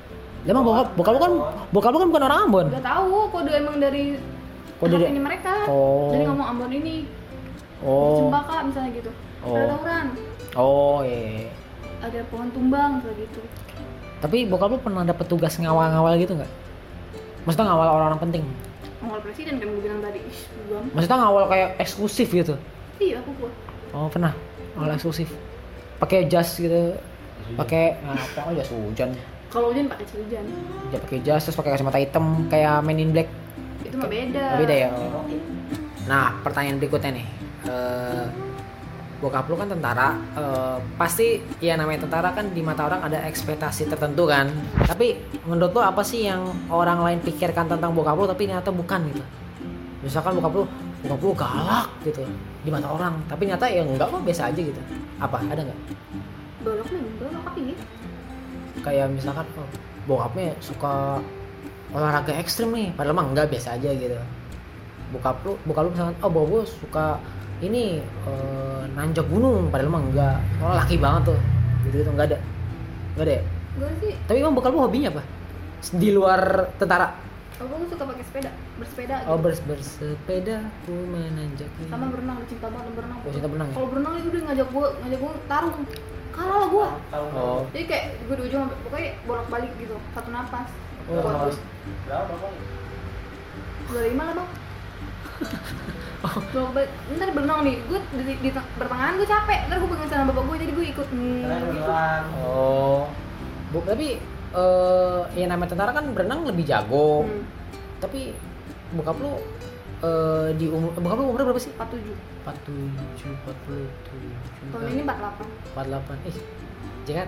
Emang bokap bokap lu kan bokap lu kan bukan orang Ambon. Gak tahu kode emang dari Kode dari- ini mereka. Oh. Dari ngomong Ambon ini. Oh. Cempaka misalnya gitu. Oh. Ada tawuran. Oh iya. Ada pohon tumbang misalnya gitu. Tapi bokap lu pernah dapet tugas ngawal-ngawal gitu nggak? Maksudnya ngawal orang-orang penting? Ngawal presiden kan gue bilang tadi. Ih, belum. Maksudnya ngawal kayak eksklusif gitu? Iya, aku gua. Oh pernah, ngawal eksklusif. Pakai jas gitu, pakai nah, pokoknya jas hujan. Kalau hujan pakai jas hujan. Dia pakai jas terus pakai kacamata hitam kayak Men in Black. Itu mah beda. Oh, beda ya. Oh. Nah pertanyaan berikutnya nih, Eh, bokap lu kan tentara, eh, pasti ya namanya tentara kan di mata orang ada ekspektasi tertentu kan. Tapi menurut lu apa sih yang orang lain pikirkan tentang bokap lu tapi ternyata bukan gitu? Misalkan bokap lu, bokap lu galak gitu di mata orang, tapi nyata ya enggak kok, biasa aja gitu. Apa ada nggak? Balok nih, balok apa ini? Kayak misalkan oh, bokapnya suka olahraga ekstrim nih, padahal mah enggak, biasa aja gitu. Bokap lu, bokap lu misalkan oh bokap suka ini eh, nanjak gunung, padahal mah enggak. Oh laki banget tuh, gitu gitu enggak ada, enggak ada. Ya? Gue sih, Tapi emang bokap lu hobinya apa? Di luar tentara? aku oh, suka pakai sepeda, bersepeda. Oh Gitu. bers bersepeda, ku menanjak. Sama berenang, cinta banget berenang. Oh, cinta berenang ya? Kalau berenang itu dia ngajak gue, ngajak gue tarung. Kalah lah gue. Tahu Oh. Jadi kayak gue di ujung sampai pokoknya bolak balik gitu, satu napas. Oh, Buat napas. berapa berapa? dua puluh lima lah bang. Bolak balik. Ntar berenang nih, gue di, di, di pertengahan gue capek. Ntar gue pegang sama bapak gue, jadi gue ikut. Hmm, Keren gitu. beneran. Oh. Bu, tapi eh yang namanya tentara kan berenang lebih jago. Hmm, Tapi bokap lu eh di umur bokap lu umurnya berapa sih? empat puluh tujuh. empat puluh tujuh, empat puluh tujuh. Tahun ini empat puluh delapan. empat puluh delapan. Ih. J K T.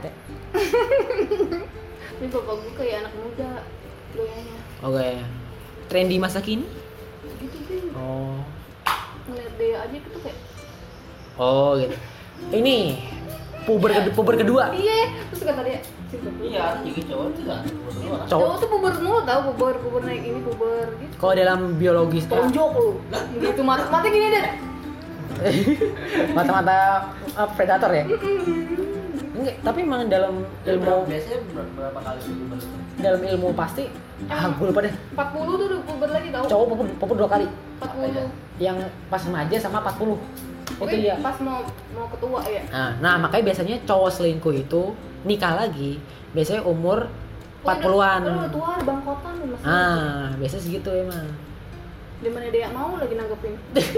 Tapi bapak gue kayak anak muda gayanya. Oke. Trendy masa kini? Gitu sih. Oh. Ngeliat dia aja gitu kayak Oh, gitu. Ini puber kedua, puber kedua. iya, terus kata dia sih Iya, jadi cowok itu kan. Berdua kan. Cowok. cowok tuh puber mulu tau, puber puber naik ini puber gitu. Kalau dalam biologis Tonjok lu. Gitu mata mata gini deh. mata-mata uh, predator ya? Enggak, tapi emang dalam ilmu Biasanya ber- berapa kali puber itu? dalam ilmu pasti ah gue lupa deh. empat puluh tuh udah puber lagi tau. Cowok puber, puber dua kali. empat puluh. Yang pas remaja sama empat puluh. Itu Oke, dia. pas mau mau ketua ya. Nah, nah, makanya biasanya cowok selingkuh itu nikah lagi biasanya umur empat puluhan. Udah, udah tua, bangkotan tuh masih. Ah, biasanya segitu emang. Di mana dia mau lagi nanggepin.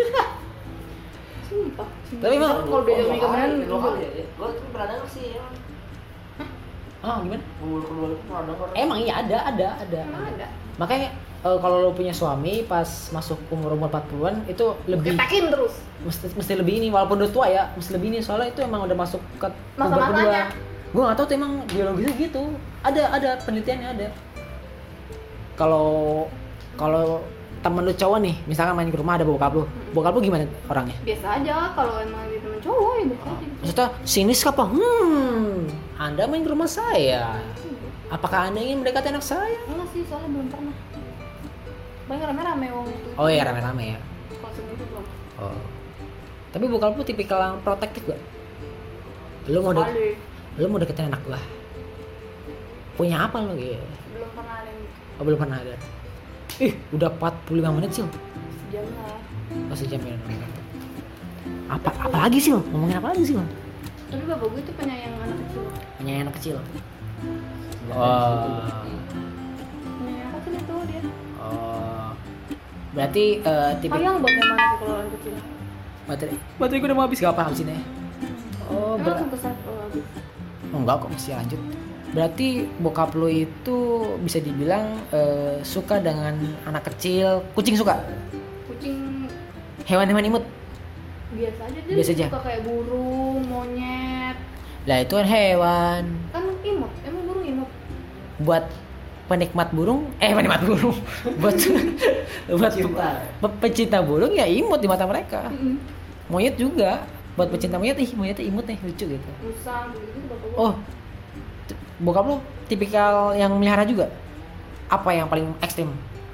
Sumpah. Tapi emang kalau dia jadi kemudian lokal ya. Gue tuh pernah denger sih emang. oh gimana? Puber kedua itu pernah denger. Emang iya ada, ada, ada. emang ada. Makanya eh, kalau lo punya suami pas masuk umur umur empat puluhan itu lebih Ketekin terus. mesti, mesti lebih ini walaupun udah tua ya, mesti lebih ini soalnya itu emang udah masuk ke Masa-masanya. Gue nggak tahu tuh emang biologisnya gitu. Ada ada penelitiannya ada. Kalau kalau temen lu cowok nih, misalkan main ke rumah ada bokap lu, bokap lu gimana orangnya? Biasa aja kalau emang dia temen cowok ya biasa aja. Maksudnya sinis apa? Hmm, Anda main ke rumah saya. Apakah Anda ingin mendekati anak saya? Enggak sih, soalnya belum pernah. Banyak rame-rame wong itu. Oh iya rame-rame ya. Kalau sendiri belum. Oh. Tapi bokap lu tipikal yang protektif gak? Lu mau dek, Sekali. lu mau deketin anak gua? Punya apa lu gitu? Belum pernah ada yang Oh belum pernah ada. Ih, udah empat puluh lima menit sih. sejam lah. Masih jam ya. Apa apa lagi sih? Ngomongin apa lagi sih? Tapi bapak gue itu penyayang anak kecil. Hanya anak kecil. Ya, Oh. Penyayang anak kecil itu dia. Oh. Berarti eh tipe Sayang banget sama anak kalau anak kecil. baterai. Baterai gue udah mau habis gak apa habis ini. Oh, Emang ber- langsung kesat kalau habis. oh, enggak kok masih lanjut. Berarti bokap lu itu bisa dibilang eh, suka dengan anak kecil. Kucing suka? Kucing Hewan-hewan imut? biasa aja dia Biasa aja. suka kayak burung, monyet. Lah itu kan hewan. Kan imut, emang burung imut. Buat penikmat burung, eh penikmat burung. buat buat Pecinta. pe- pecinta burung ya imut di mata mereka. Mm-mm. Monyet juga. Buat pecinta monyet, ih monyetnya imut nih, lucu gitu. Musang gitu bapak gue. Oh, t- bokap lu tipikal yang melihara juga? Apa yang paling ekstrim?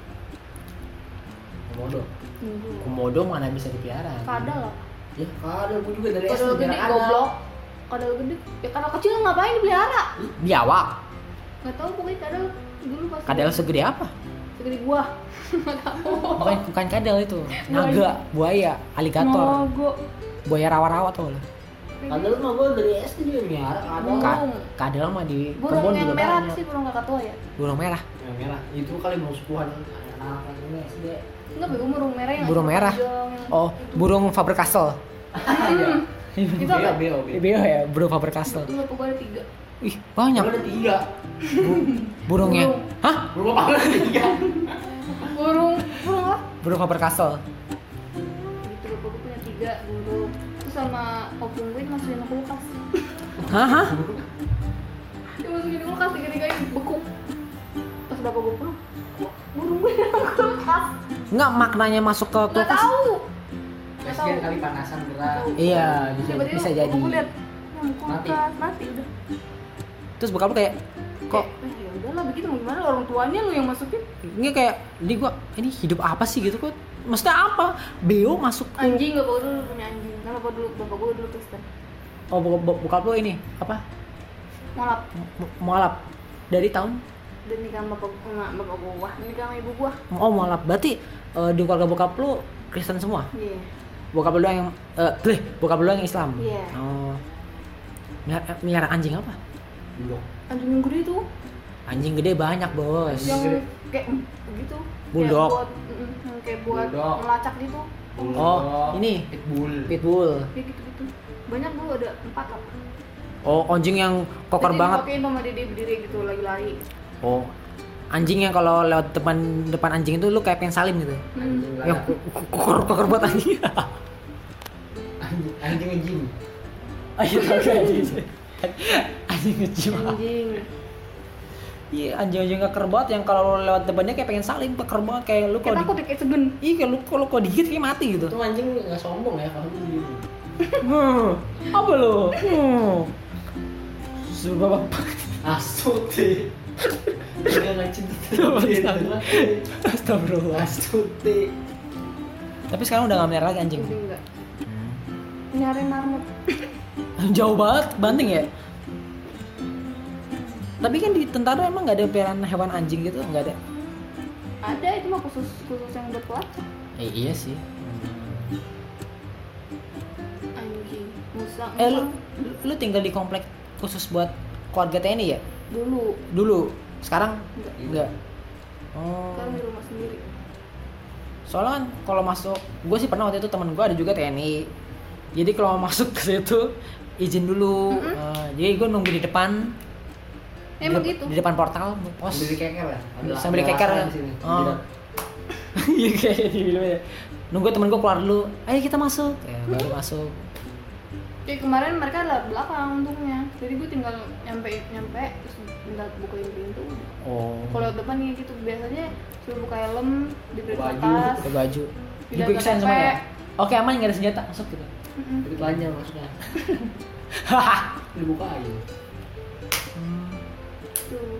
Komodo. Minggu. Komodo mana bisa dipelihara? Kadal lah. Ya, Kadal gue juga dari S D Kadal gede biar ada. goblok. Kadal gede. Ya kadal kecil ngapain dipelihara? biawak. Gak tau pokoknya kadal dulu pas Kadal segede apa? segede gua. Nggak tahu. Bukan bukan kadal itu. Naga, buaya, aligator, Naga. buaya rawa-rawa tuh lo. Kadal mah gue dari S D juga miara kadal. Ka- Ka- kadal mah di Burung kebun yang juga merah banyak. sih, burung Krakatau ya? Burung merah. Yang merah itu kali mau sepuhan anak-anak ini S D. Enggak, bego burung merah yang Burung merah. panjang, yang Oh, itu. burung Faber Castell. Itu apa? Beo, beo. Beo ya, burung Faber Castell. Dulu pokoknya ada tiga. Ih, banyak. Ada tiga. Burungnya. Burung. Hah? Berapa ada tiga? Burung, burung apa? Burung Faber Castell. Gitu, bapak gue punya tiga burung. Terus sama opung gue dimasukin ke kulkas. Hah? Hah? Dimasukin ke kulkas, tiga-tiganya beku. Pas bapak gue pulang, kok burung gue dalam kulkas? Enggak, maknanya masuk ke Nggak kulkas. tahu. Nggak S D tahu. kali panasan berat. Iya, bisa, Tiba-tiba bisa bapak jadi. gue liat, yang kulkas mati udah. Terus bokap lu kayak kok Kayak, "Eh, ya udahlah begitu mau gimana, orang tuanya lu yang masukin. ini kayak ini gua ini hidup apa sih gitu kok? Maksudnya apa? Beo masuk ke Anjing, bapak gue dulu punya anjing. Nah, bapak dulu bapak gue dulu Kristen. Oh, bokap, bokap lu ini apa? Nolap. M- Mualaf. Dari tahun Dan nikah sama bapak sama bapak gue, wah nikah sama ibu gua. Oh, mualaf. Berarti eh, di keluarga bokap lu Kristen semua? Iya. Bokap lu yang eh bleh, bokap lu yang Islam. Iya. Oh. Miara, miara anjing apa? Bulldog. Anjing yang gede tuh, Anjing gede banyak, Bos. yang gede. kayak mm, begitu. Bulldog. Kayak buat, mm, mm, kayak buat Bulldog. melacak gitu. Oh, ini Pitbull. pitbull. Kayak gitu-gitu. Banyak dulu ada empat apa. Oh, anjing yang koker Jadi banget. dipakein sama dede berdiri gitu lagi lari. Oh. Anjing yang kalau lewat depan depan anjing itu lu kayak pengen salim gitu. Anjing Hmm. Yang galak. koker koker buat anjing. Anjing anjing ngejim. Ayo anjing. Anjing ngejim. Anjing. Iya, anjing-anjing keker banget yang kalau lewat depannya kayak pengen salim, keker banget kayak lu Kayak kalau takut deh, kayak segen. Iya, kayak lu kalau kok digigit kayak mati gitu. Itu anjing nggak sombong ya kalau gitu. Hmm, apa lu? Hmm. Suruh bapak. Astuti. Dia nggak cinta. Astagfirullah. Astuti. Tapi sekarang udah gak melihara lagi anjing. Anjing enggak. Nyari marmut. Jauh banget banting ya. Tapi kan di tentara emang nggak ada peliharaan hewan anjing gitu, nggak ada. Ada, itu mah khusus khusus yang buat pelacak. Eh, iya sih. Anjing, musang. Eh lu, musang. lu tinggal di komplek khusus buat keluarga T N I ya? Dulu. Dulu. Sekarang Enggak. enggak. Oh. Sekarang di rumah sendiri. Soalnya kan kalau masuk, gue sih pernah waktu itu temen gue ada juga T N I. Jadi kalau mau masuk ke situ izin dulu. Mm-mm. Eh, jadi gue nunggu di depan. Emang di, gitu. Di depan portal pos. Sambil keker ya. Ada- Sambil ada keker. lapangan di sini. Oh. Iya kayak di film ya. Nunggu temen gue keluar dulu. Ayo kita masuk. Ya, baru masuk. Kayak kemarin mereka adalah belakang untungnya. Jadi gue tinggal nyampe nyampe terus tinggal bukain pintu. Oh. Kalau depan nih gitu biasanya suruh buka helm, diberi Baju. atas. Pakai baju. Tidak Diperiksain ada semua ya. P. Oke aman nggak ada senjata masuk gitu. Mm-mm. Tapi panjang maksudnya. Dibukain. Tuh.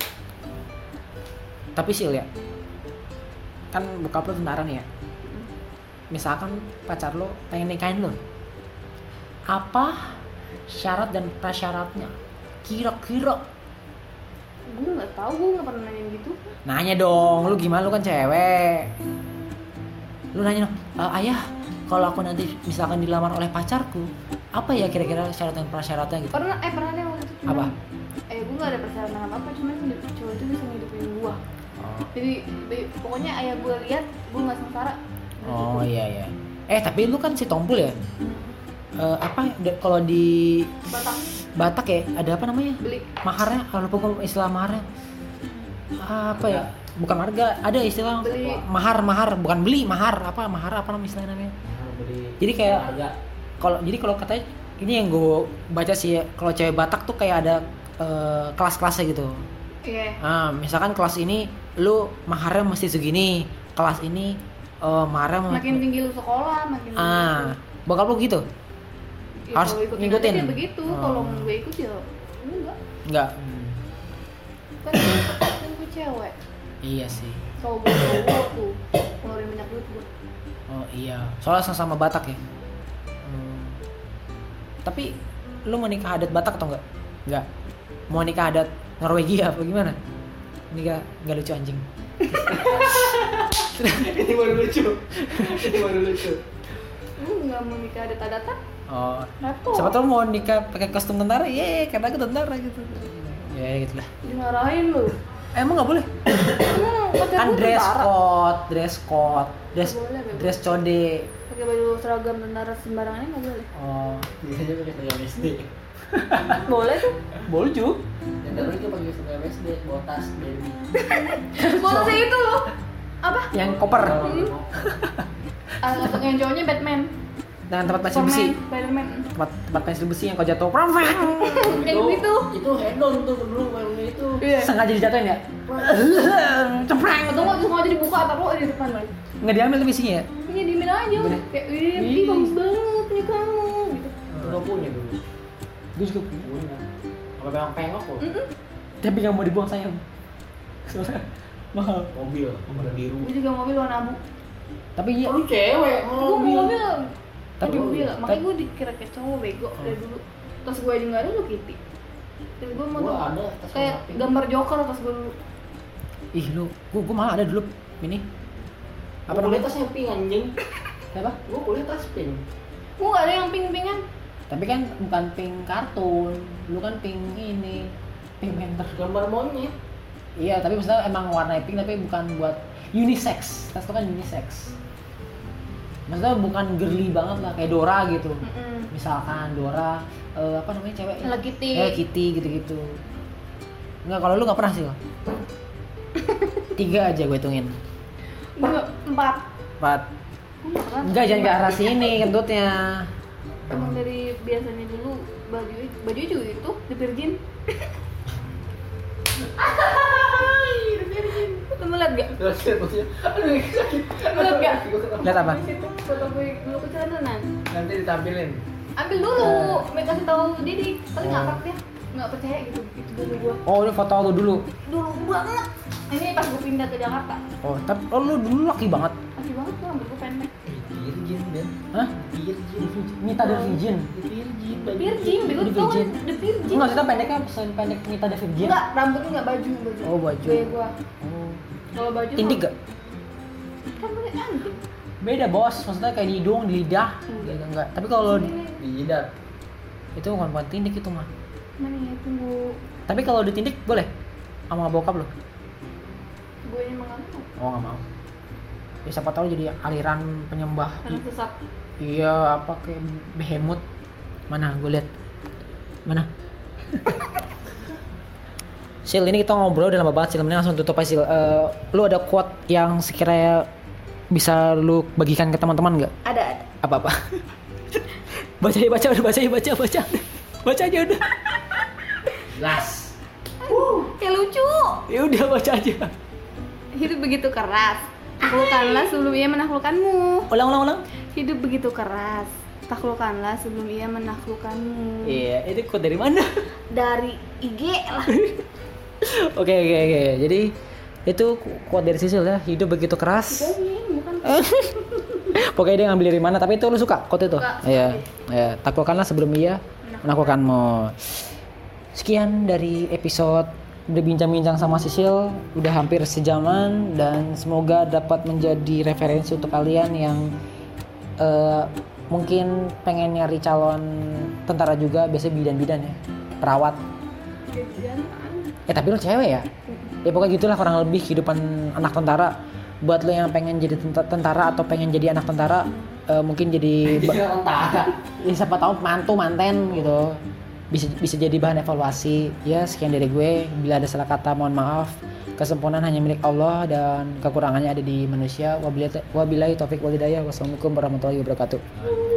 Tapi sih ya, kan bokap lo tentara nih ya. Misalkan pacar lo pengen nikahin lo, apa syarat dan prasyaratnya? Kira-kira? Gue nggak tahu, gue nggak pernah nanya gitu. Nanya dong, lu gimana? Lu kan cewek. Lu nanya dong, "E, ayah, kalau aku nanti misalkan dilamar oleh pacarku, apa ya kira-kira syarat dan prasyaratnya gitu?" Pernah, eh pernah deh waktu itu. Apa? Eh gue nggak ada persyaratan apa apa, cuman cowok itu bisa ngidupin gue. Oh, Jadi be- pokoknya ayah gue lihat, gue nggak sengsara. oh iya iya. Eh tapi lu kan si tompul ya? Eh, apa de- kalau di Batak Batak ya ada apa namanya? beli. Maharnya, kalau lupa gue istilah maharnya. Apa ya? Bukan marga, ada istilah Beli. mahar mahar, bukan beli mahar, apa mahar apa namanya istilahnya namanya? Jadi kayak harga. kalau jadi kalau katanya ini yang gue baca sih ya, kalau cewek Batak tuh kayak ada eh, kelas-kelasnya gitu. Iya. Ah, misalkan kelas ini lu maharnya mesti segini, kelas ini eh, maharnya ma- Makin tinggi lu sekolah, makin ah, bokap lu gitu? Ya, harus kalau ikut ngikutin. dia begitu, Oh. kalau gue ikut ya enggak. Enggak. Kan kan gue cewek. Iya sih. Kalau gue cowok tuh ngeluarin banyak duit gue. Oh iya, soalnya sama-sama Batak ya. Hmm. Tapi lu mau nikah adat Batak atau enggak? Enggak. Mau nikah adat Norwegia apa gimana? nikah nggak lucu anjing. Ini baru lucu. Ini baru lucu. Gue nggak mau nikah data-data. Oh, Repot. siapa tahu mau nikah pakai kostum tentara, ye, karena aku tentara gitu. Ya gitulah. Dimarahin lu. Emang nggak boleh? Emang pakai Kan baju dress tentara? code, dress code, dress Boleh, boleh. dress code. Pakai baju seragam tentara sembarangan nggak boleh. Oh, Biasanya pakai seragam S D. Boleh tuh. boleh juga. Dan terus dia pakai seragam S D, bawa tas baby. Boleh sih itu loh. Apa? Yang koper Ah, untuk yang cowoknya Batman. dengan tempat pensil besi. Superman, Spiderman. Tempat tempat pensil besi yang kau jatuh, pram. Kayak gitu. Itu head on tuh dulu mainnya itu. Iya. Sengaja dijatuhin ya? Ceprang. Atau nggak sengaja dibuka atau di depan lagi. Nggak diambil tuh besinya ya? Ini diemin aja. Bener. Kayak, ih, Ih. ih, bagus banget punya kamu. Gitu. Gua punya dulu. Gue juga punya. Punya. Apa memang pengok kok? Mm-mm. Tapi nggak mau dibuang sayang. Soalnya mahal. Mobil, warna biru. Gue juga mobil warna abu. Tapi iya. Oh, lu cewek, Gue mau mobil. Tapi- mobil. tapi- Makanya gue dikira kayak cowok bego dari dulu. Tas gue aja nggak ada lo Kitty. Dan gue mau Gua tuh ada tas kayak warna pink. gambar Joker tas gue dulu. Ih lu, gua, gua malah ada dulu ini. Apa Gua kuliah namanya? tasnya pink anjing. Siapa? Gua kuliah tas pink. Gue nggak ada yang pink-pinkan. Tapi kan bukan pink kartun, lu kan pink ini, pink panther. Gambar monyet. Iya, tapi maksudnya emang warna pink tapi bukan buat unisex. Tas itu kan unisex. Maksudnya bukan girly banget lah kayak Dora gitu. Mm-mm. Misalkan Dora eh, apa namanya cewek? Hello Kitty. Hello Kitty gitu-gitu. Enggak, kalau lu nggak pernah sih lo. Tiga aja gue hitungin. Gue empat. Empat. Gue nggak pernah. Enggak, jangan ke arah sini kentutnya. Emang dari biasanya dulu baju baju juga itu di Virgin. Lu liat gak? Terus lihat maksudnya. Aduh, sakit. Lu liat gak? Lihat apa? Di situ foto gue dulu kecelananan. Nanti ditampilin. Ambil dulu, mau kasih tahu Didi. Paling ngakak dia, nggak percaya gitu. Itu dulu gua. Oh, ini foto lu dulu. Dulu banget. Ini pas gue pindah ke Jakarta. Oh, tapi oh, lu dulu laki banget. Masih banget tuh rambut gue pendek. Virgin, Ben. Hah? Virgin. Nita the Virgin. Virgin. baju Virgin, bego Di tau Virgin. kan? The Virgin. Enggak, kita pendeknya pendek Nita the Virgin. Enggak, rambutnya enggak baju, baju. Oh, baju. Kayak gua. Oh. Kalau baju Tindik mah- gak? Rambutnya antik. Beda bos, maksudnya kayak di hidung, di lidah. Enggak. Gitu, enggak. Tapi kalau Ini, Di jidat. itu bukan bukan tindik itu mah. mana ya, tunggu. Tapi kalau ditindik boleh sama bokap lo? Gue ini mengantuk. Oh nggak mau. Ya siapa tahu jadi aliran penyembah. Karena sesat. Iya apa kayak behemoth. Mana gue lihat. Mana? Sil, ini kita ngobrol udah lama banget Sil. Mending langsung tutup aja Sil. Eh, lu ada quote yang sekiranya bisa lu bagikan ke teman-teman nggak? Ada, ada. Apa-apa? baca ya baca udah baca ya baca baca. Baca aja udah. Las. Uh, kayak lucu. Ya udah baca aja. Hidup begitu keras. Taklukkanlah sebelum ia menaklukkanmu. Ulang ulang ulang. Hidup begitu keras. Taklukkanlah sebelum ia menaklukkanmu. Iya, itu quote dari mana? Dari I G lah. Oke oke oke. Jadi itu quote dari Sisil ya. Hidup begitu keras. Jadi bukan Pokoknya dia ngambil dari mana, tapi itu lu suka quote itu? Suka, suka. Iya. Iya, taklukkanlah sebelum ia menaklukkanmu. Sekian dari episode berbincang-bincang sama Sisil, udah hampir sejaman dan semoga dapat menjadi referensi untuk kalian yang eh, mungkin pengen nyari calon tentara juga, biasanya bidan-bidan ya, perawat. Eh tapi lu cewek ya? Ya pokoknya gitulah kurang lebih kehidupan anak tentara. Buat lo yang pengen jadi tenta- tentara atau pengen jadi anak tentara, eh, mungkin jadi Dia tentara. ya, siapa tahu mantu manten gitu, bisa bisa jadi bahan evaluasi. Ya sekian dari gue. Bila ada salah kata mohon maaf. Kesempurnaan hanya milik Allah dan kekurangannya ada di manusia. Wabillahi wabillahi taufik walhidayah. Wassalamualaikum warahmatullahi wabarakatuh.